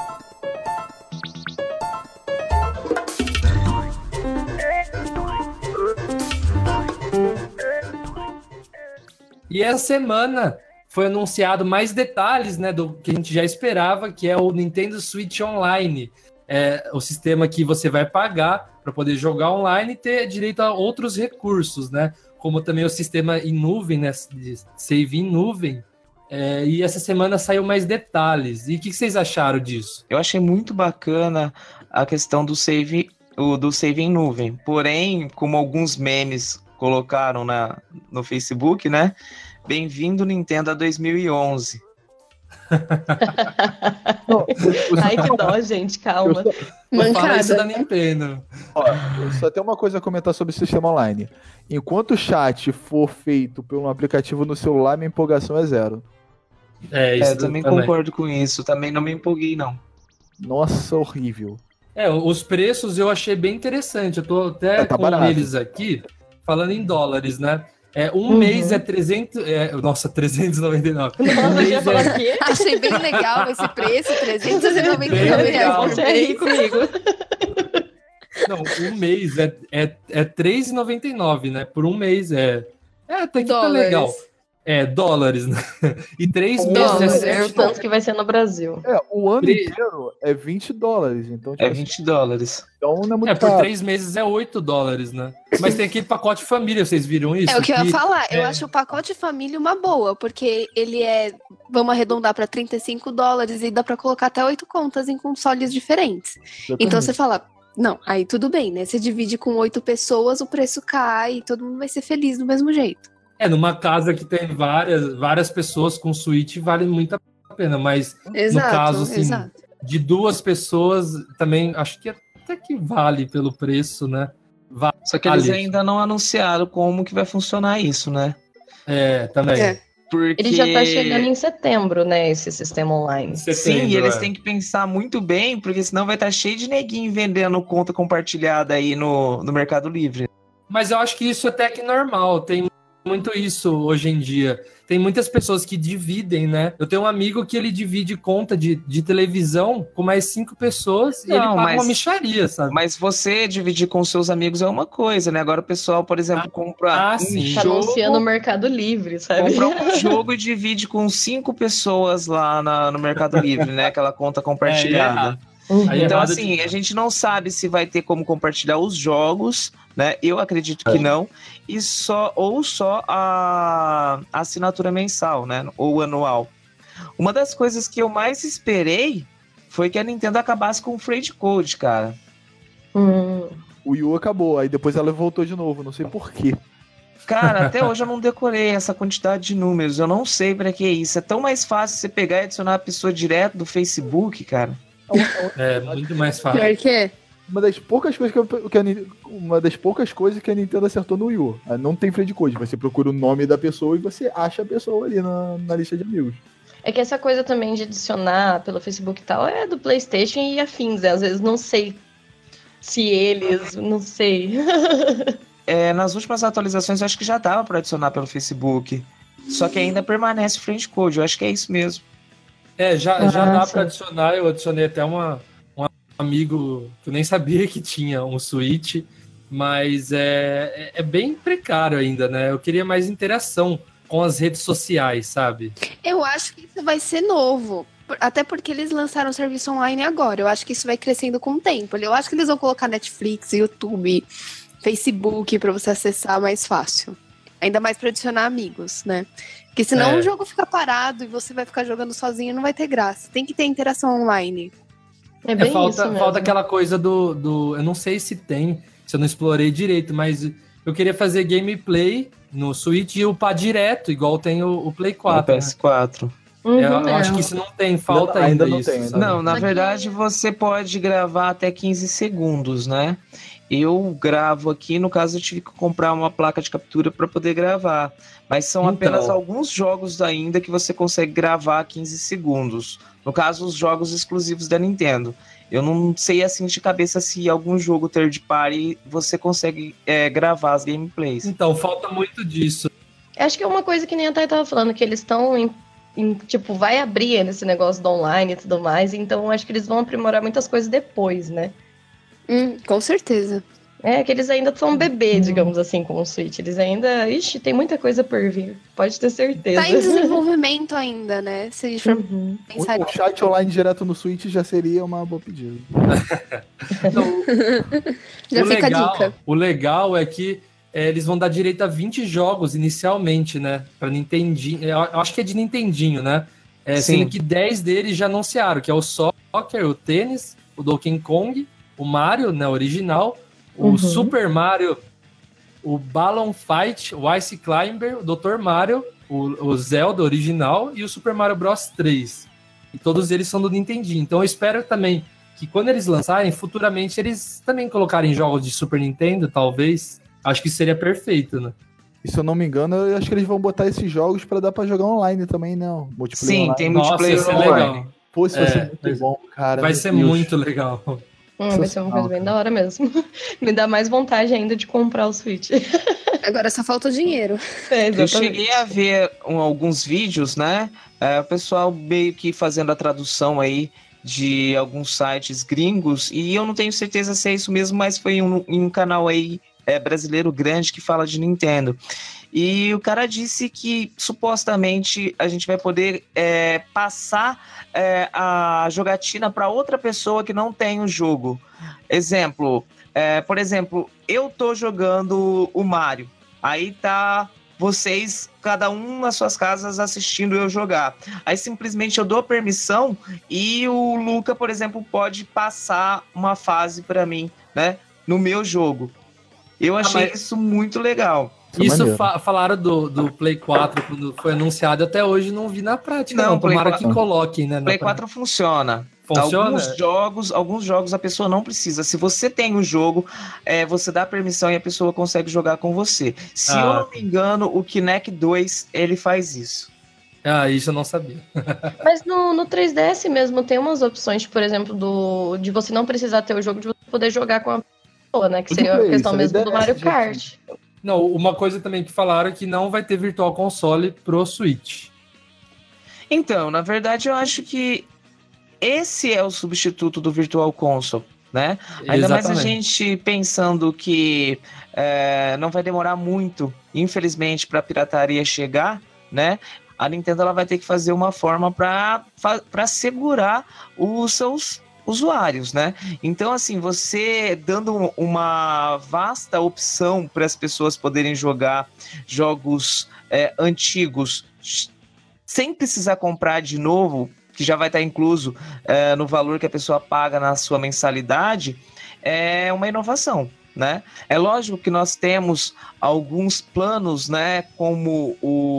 E essa semana foi anunciado mais detalhes, né, do que a gente já esperava, que é o Nintendo Switch Online. É o sistema que você vai pagar para poder jogar online e ter direito a outros recursos, né? Como também o sistema em nuvem, né, de save em nuvem. É, e essa semana saiu mais detalhes. E o que, que vocês acharam disso? Eu achei muito bacana a questão do save, o, do save em nuvem. Porém, como alguns memes colocaram na, no Facebook, né? Bem-vindo Nintendo a dois mil e onze. Ai, que dó, gente, calma. Não fala isso da Mancada. Nintendo. Ó, eu só tenho uma coisa a comentar sobre o sistema online. Enquanto o chat for feito por um aplicativo no celular, minha empolgação é zero. É, É, isso eu também concordo com isso. Também não me empolguei, não. Nossa, horrível. É, os preços eu achei bem interessante. Eu tô até É, tá com barato. eles aqui, falando em dólares, né? É, um Uhum. mês é trezentos... É, nossa, trezentos e noventa e nove. Um Nossa, eu mês ia falar é, quê? Achei bem legal esse preço, trezentos e noventa e nove Bem reais legal. por Você é rir mês. comigo. não, um mês é, é, é três reais e noventa e nove, né? Por um mês é... É, até que tá Dólares. legal. É, dólares, né? E três meses Dólares. é É o sete tanto que vai ser no Brasil. É, o ano Tre- inteiro é vinte dólares. Então, tipo É assim, vinte dólares. então não é muito É, por caro. três meses é oito dólares, né? Mas tem aquele pacote família, vocês viram isso? É o que eu ia Que- falar. Eu é. acho o pacote família uma boa, porque ele é, vamos arredondar para trinta e cinco dólares e dá para colocar até oito contas em consoles diferentes. Então você fala, não, aí tudo bem, né? Você divide com oito pessoas, o preço cai e todo mundo vai ser feliz do mesmo jeito. É, numa casa que tem várias, várias pessoas com Switch vale muito a pena, mas Exato, caso, assim, exato. de duas pessoas também acho que até que vale pelo preço, né? Vale. Só que eles Ali. ainda não anunciaram como que vai funcionar isso, né? É, também. É. Porque... Ele já tá chegando em setembro, né, esse sistema online. Setembro, Sim, e eles é. têm que pensar muito bem, porque senão vai estar cheio de neguinho vendendo conta compartilhada aí no, no Mercado Livre. Mas eu acho que isso até que é normal, tem muito isso hoje em dia. Tem muitas pessoas que dividem, né? Eu tenho um amigo que ele divide conta de, de televisão com mais cinco pessoas e ele Não, paga mas- uma mixaria, sabe? Mas você dividir com seus amigos é uma coisa, né? Agora o pessoal, por exemplo, compra ah, um sim. Tá jogo, anunciando o Mercado Livre, sabe? compra um jogo e divide com cinco pessoas lá na- no Mercado Livre, né? Aquela conta compartilhada. Aí Então, errado assim, de- a gente não sabe se vai ter como compartilhar os jogos, né? Eu acredito que não. E só, ou só a a assinatura mensal, né? Ou anual. Uma das coisas que eu mais esperei foi que a Nintendo acabasse com o Free Code, cara. Hum. O Yu acabou, aí depois ela voltou de novo, não sei porquê. Cara, até hoje eu não decorei essa quantidade de números. Eu não sei pra que isso. É tão mais fácil você pegar e adicionar a pessoa direto do Facebook, cara. É muito mais fácil. Pior que é. Uma das poucas coisas que, eu, que a, Ni- uma das poucas coisas que a Nintendo acertou no Wii U. Ah, não tem free code, você procura o nome da pessoa e você acha a pessoa ali na, na lista de amigos. É que essa coisa também de adicionar pelo Facebook e tal é do PlayStation e afins, né? Às vezes não sei se eles, não sei. É, nas últimas atualizações eu acho que já dava pra adicionar pelo Facebook. Só que ainda permanece Friend Code, eu acho que é isso mesmo. É, já, Ah, já dá sim. para adicionar. Eu adicionei até uma, um amigo que eu nem sabia que tinha um Switch, mas é, é, é bem precário ainda, né? Eu queria mais interação com as redes sociais, sabe? Eu acho que isso vai ser novo. Por- Até porque eles lançaram o serviço online agora. Eu acho que isso vai crescendo com o tempo. Eu acho que eles vão colocar Netflix, YouTube, Facebook pra você acessar mais fácil. Ainda mais pra adicionar amigos, né? Porque senão É. o jogo fica parado e você vai ficar jogando sozinho, não vai ter graça. Tem que ter interação online. É É, bem falta, isso mesmo. falta aquela coisa do, do. Eu não sei se tem, se eu não explorei direito, mas eu queria fazer gameplay no Switch e upar direto, igual tem o, o Play No quatro. P Né? S quatro. Uhum, eu é. acho que isso não tem, falta Ainda ainda, não isso. tem, ainda sabe? Não, na Só que- verdade você pode gravar até quinze segundos, né? Eu gravo aqui, no caso eu tive que comprar uma placa de captura para poder gravar. Mas são Então. apenas alguns jogos ainda que você consegue gravar quinze segundos. No caso, os jogos exclusivos da Nintendo. Eu não sei assim de cabeça se algum jogo third party você consegue é, gravar as gameplays. Então, falta muito disso. Acho que é uma coisa que nem a Thay tava falando, que eles estão em, em, tipo, vai abrir nesse negócio do online e tudo mais, então acho que eles vão aprimorar muitas coisas depois, né? Hum, com certeza. É que eles ainda são bebê, digamos assim, com o Switch. Eles ainda. Ixi, tem muita coisa por vir. Pode ter certeza. Tá em desenvolvimento ainda, né? Se a gente for Uhum. pensar. O, o chat online direto no Switch já seria uma boa pedida. Então, Já o fica legal, a dica. O legal é que é, eles vão dar direito a vinte jogos inicialmente, né? Pra Nintendinho. Eu acho que é de Nintendinho, né? É, Sim. sendo que dez deles já anunciaram, que é o Soccer, o Tênis, o Donkey Kong, o Mario, né, original, o Uhum. Super Mario, o Balloon Fight, o Ice Climber, o doutor Mario, o, o Zelda original e o Super Mario Bros três. E todos eles são do Nintendinho. Então eu espero também que quando eles lançarem, futuramente eles também colocarem jogos de Super Nintendo, talvez. Acho que seria perfeito, né? E se eu não me engano, eu acho que eles vão botar esses jogos pra dar pra jogar online também, né? O multiplayer Sim, online. tem Nossa, multiplayer ia ser online. legal. Pô, isso vai É, ser muito vai- bom, cara. Vai meu ser Deus. muito legal. Hum, vai ser uma coisa bem da hora mesmo. Me dá mais vontade ainda de comprar o Switch. Agora só falta o dinheiro. É, Eu exatamente. cheguei a ver um- alguns vídeos, né? É, o pessoal meio que fazendo a tradução aí de alguns sites gringos, e eu não tenho certeza se é isso mesmo, mas foi em um, em um canal aí é, brasileiro grande que fala de Nintendo. E o cara disse que supostamente a gente vai poder é, passar é, a jogatina para outra pessoa que não tem o jogo. Exemplo, é, por exemplo, eu tô jogando o Mario, aí tá vocês, cada um nas suas casas, assistindo eu jogar. Aí simplesmente eu dou permissão e o Luca, por exemplo, pode passar uma fase para mim, né, no meu jogo. Eu achei mas- isso muito legal. Isso é Isso maneiro. fa- falaram do, do Play quatro quando foi anunciado, até hoje não vi na prática, Não, não. Play Tomara quatro que coloquem, né? na Play prática. quatro funciona. Funciona? Alguns jogos, alguns jogos a pessoa não precisa. Se você tem o jogo, é, você dá permissão e a pessoa consegue jogar com você. Se Ah. eu não me engano, o Kinect dois, ele faz isso. Ah, isso eu não sabia. Mas no, no três D S mesmo tem umas opções, por exemplo, do, de você não precisar ter o jogo, de você poder jogar com a pessoa, né? Que seria a Multiplayer, questão isso é mesmo do D S, Mario gente. Kart. Não, uma coisa também que falaram é que não vai ter Virtual Console pro Switch. Então, na verdade, eu acho que esse é o substituto do Virtual Console, né? Ainda mais a Exatamente. gente pensando que é, não vai demorar muito, infelizmente, para a pirataria chegar, né? A Nintendo ela vai ter que fazer uma forma para para segurar os seus usuários, né? Então, assim, você dando uma vasta opção para as pessoas poderem jogar jogos é, antigos sem precisar comprar de novo, que já vai estar incluso é, no valor que a pessoa paga na sua mensalidade, é uma inovação, né? É lógico que nós temos alguns planos, né, como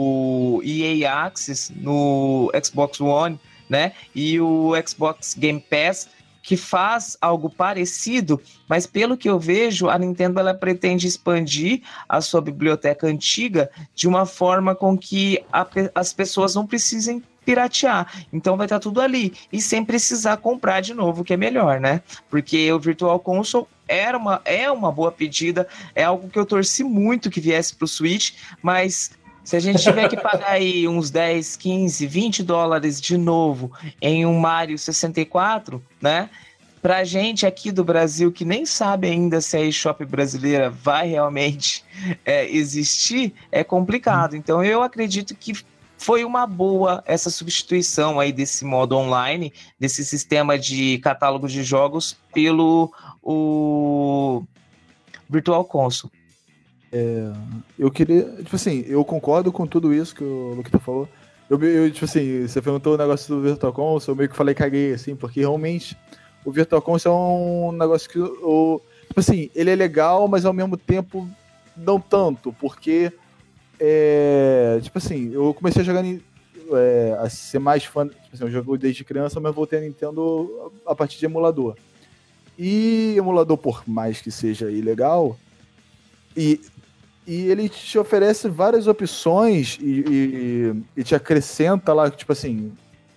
o E A Access no Xbox One, né, e o Xbox Game Pass, que faz algo parecido, mas pelo que eu vejo, a Nintendo ela pretende expandir a sua biblioteca antiga de uma forma com que a, as pessoas não precisem piratear. Então vai estar tudo ali e sem precisar comprar de novo, que é melhor, né? Porque o Virtual Console era uma, é uma boa pedida, é algo que eu torci muito que viesse para o Switch, mas se a gente tiver que pagar aí uns dez, quinze, vinte dólares de novo em um Mario sessenta e quatro, né? Pra gente aqui do Brasil que nem sabe ainda se a eShop brasileira vai realmente é, existir, é complicado. Então eu acredito que foi uma boa essa substituição aí desse modo online, desse sistema de catálogo de jogos pelo o Virtual Console. Eu queria, tipo assim, eu concordo com tudo isso que o Luquita falou. Eu, eu, tipo assim, você perguntou o negócio do Virtual Console, eu meio que falei caguei, assim, porque realmente o Virtual Console é um negócio que, eu, tipo assim, ele é legal, mas ao mesmo tempo não tanto, porque, é, tipo assim, eu comecei a jogar, é, a ser mais fã. Tipo assim, eu jogo desde criança, mas voltei a Nintendo a partir de emulador. E emulador, por mais que seja ilegal, e, e ele te oferece várias opções e, e, e te acrescenta lá, tipo assim,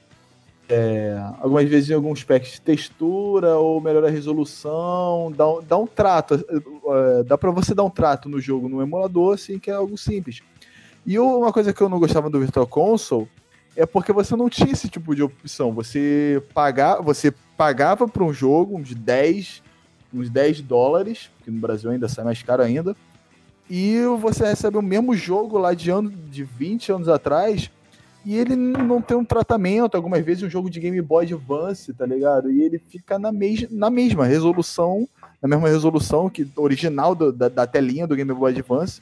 é, algumas vezes em alguns packs de textura ou melhora a resolução, dá, um- dá um trato, é, dá pra você dar um trato no jogo no emulador, assim, que é algo simples. E uma coisa que eu não gostava do Virtual Console é porque você não tinha esse tipo de opção. Você, paga, você pagava para um jogo uns dez, uns dez dólares, que no Brasil ainda sai mais caro ainda, e você recebe o mesmo jogo lá de, ano, de vinte anos atrás, e ele não tem um tratamento, algumas vezes um jogo de Game Boy Advance, tá ligado? E ele fica na, mes na mesma resolução, na mesma resolução que original do, da, da telinha do Game Boy Advance.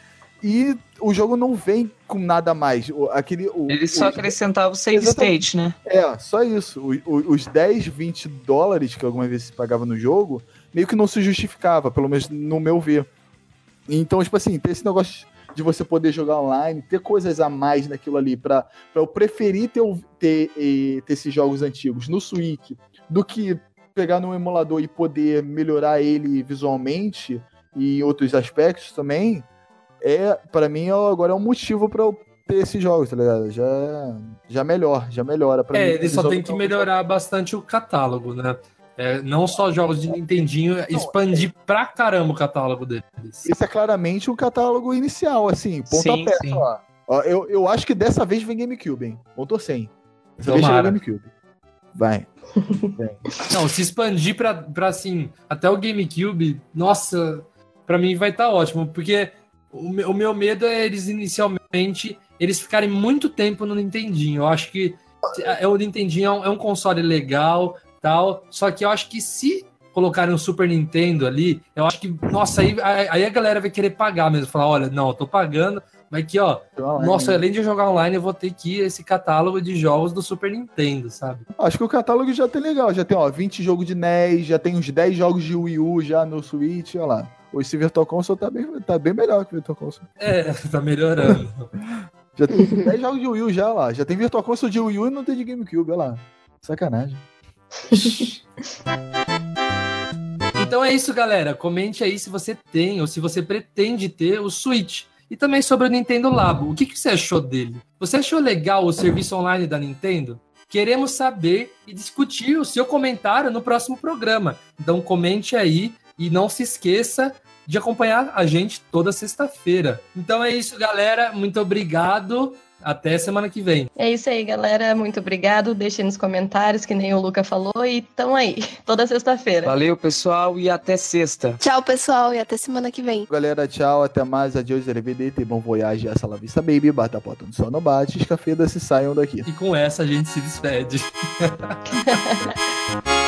E o jogo não vem com nada a mais. O- Aquele, o, Ele só o- acrescentava o save Exatamente. state, né? É, só isso. O- o- os dez, vinte dólares que algumas vezes se pagava no jogo, meio que não se justificava, pelo menos no meu ver. Então, tipo assim, ter esse negócio de você poder jogar online, ter coisas a mais naquilo ali, pra, pra eu preferir ter, o- ter, eh, ter esses jogos antigos no Switch, do que pegar no emulador e poder melhorar ele visualmente e em outros aspectos também, é, para mim, é- agora é um motivo pra eu ter esses jogos, tá ligado? Já, já melhor, já melhora pra mim. É, ele só Visual- tem que melhorar bastante o catálogo, né? É, não só jogos de Nintendinho, expandir pra caramba o catálogo deles. Esse é claramente um catálogo inicial, assim, Sim, pontapé, sim. ó. Ó, eu, eu acho que dessa vez vem GameCube, hein? Vou torcer, hein? Dessa vez chega Tomara. GameCube. Vai. Não, se expandir pra, pra assim, até o GameCube, nossa, pra mim vai estar ótimo, porque o, me- o meu medo é eles inicialmente, eles ficarem muito tempo no Nintendinho. Eu acho que é, o Nintendinho é um, é um console legal, tal, só que eu acho que se colocarem um Super Nintendo ali, eu acho que, nossa, aí, aí a galera vai querer pagar mesmo, falar, olha, não, eu tô pagando, mas aqui, ó, nossa, além de eu jogar online, eu vou ter que ir esse catálogo de jogos do Super Nintendo, sabe? Acho que o catálogo já tem legal. Já tem, ó, vinte jogos de N E S, já tem uns dez jogos de Wii U já no Switch, ó lá. Esse Virtual Console tá bem, tá bem melhor que o Virtual Console. É, tá melhorando. Já tem dez jogos de Wii U já lá. Já tem Virtual Console de Wii U e não tem de GameCube, olha lá. Sacanagem. Então é isso, galera. Comente aí se você tem ou se você pretende ter o Switch. E também sobre o Nintendo Labo. O que, que você achou dele? Você achou legal o serviço online da Nintendo? Queremos saber e discutir o seu comentário no próximo programa. Então comente aí e não se esqueça de acompanhar a gente toda sexta-feira. Então é isso, galera. Muito obrigado. Até semana que vem. É isso aí, galera. Muito obrigado. Deixem nos comentários, que nem o Luca falou. E tamo aí, toda sexta-feira. Valeu, pessoal, e até sexta. Tchau, pessoal, e até semana que vem. Galera, tchau, até mais. Adeus, arrivederci, bom voyage, essa la vista, baby. Bata a porta no sol, não bate. Escafeda, se saiam daqui. E com essa a gente se despede.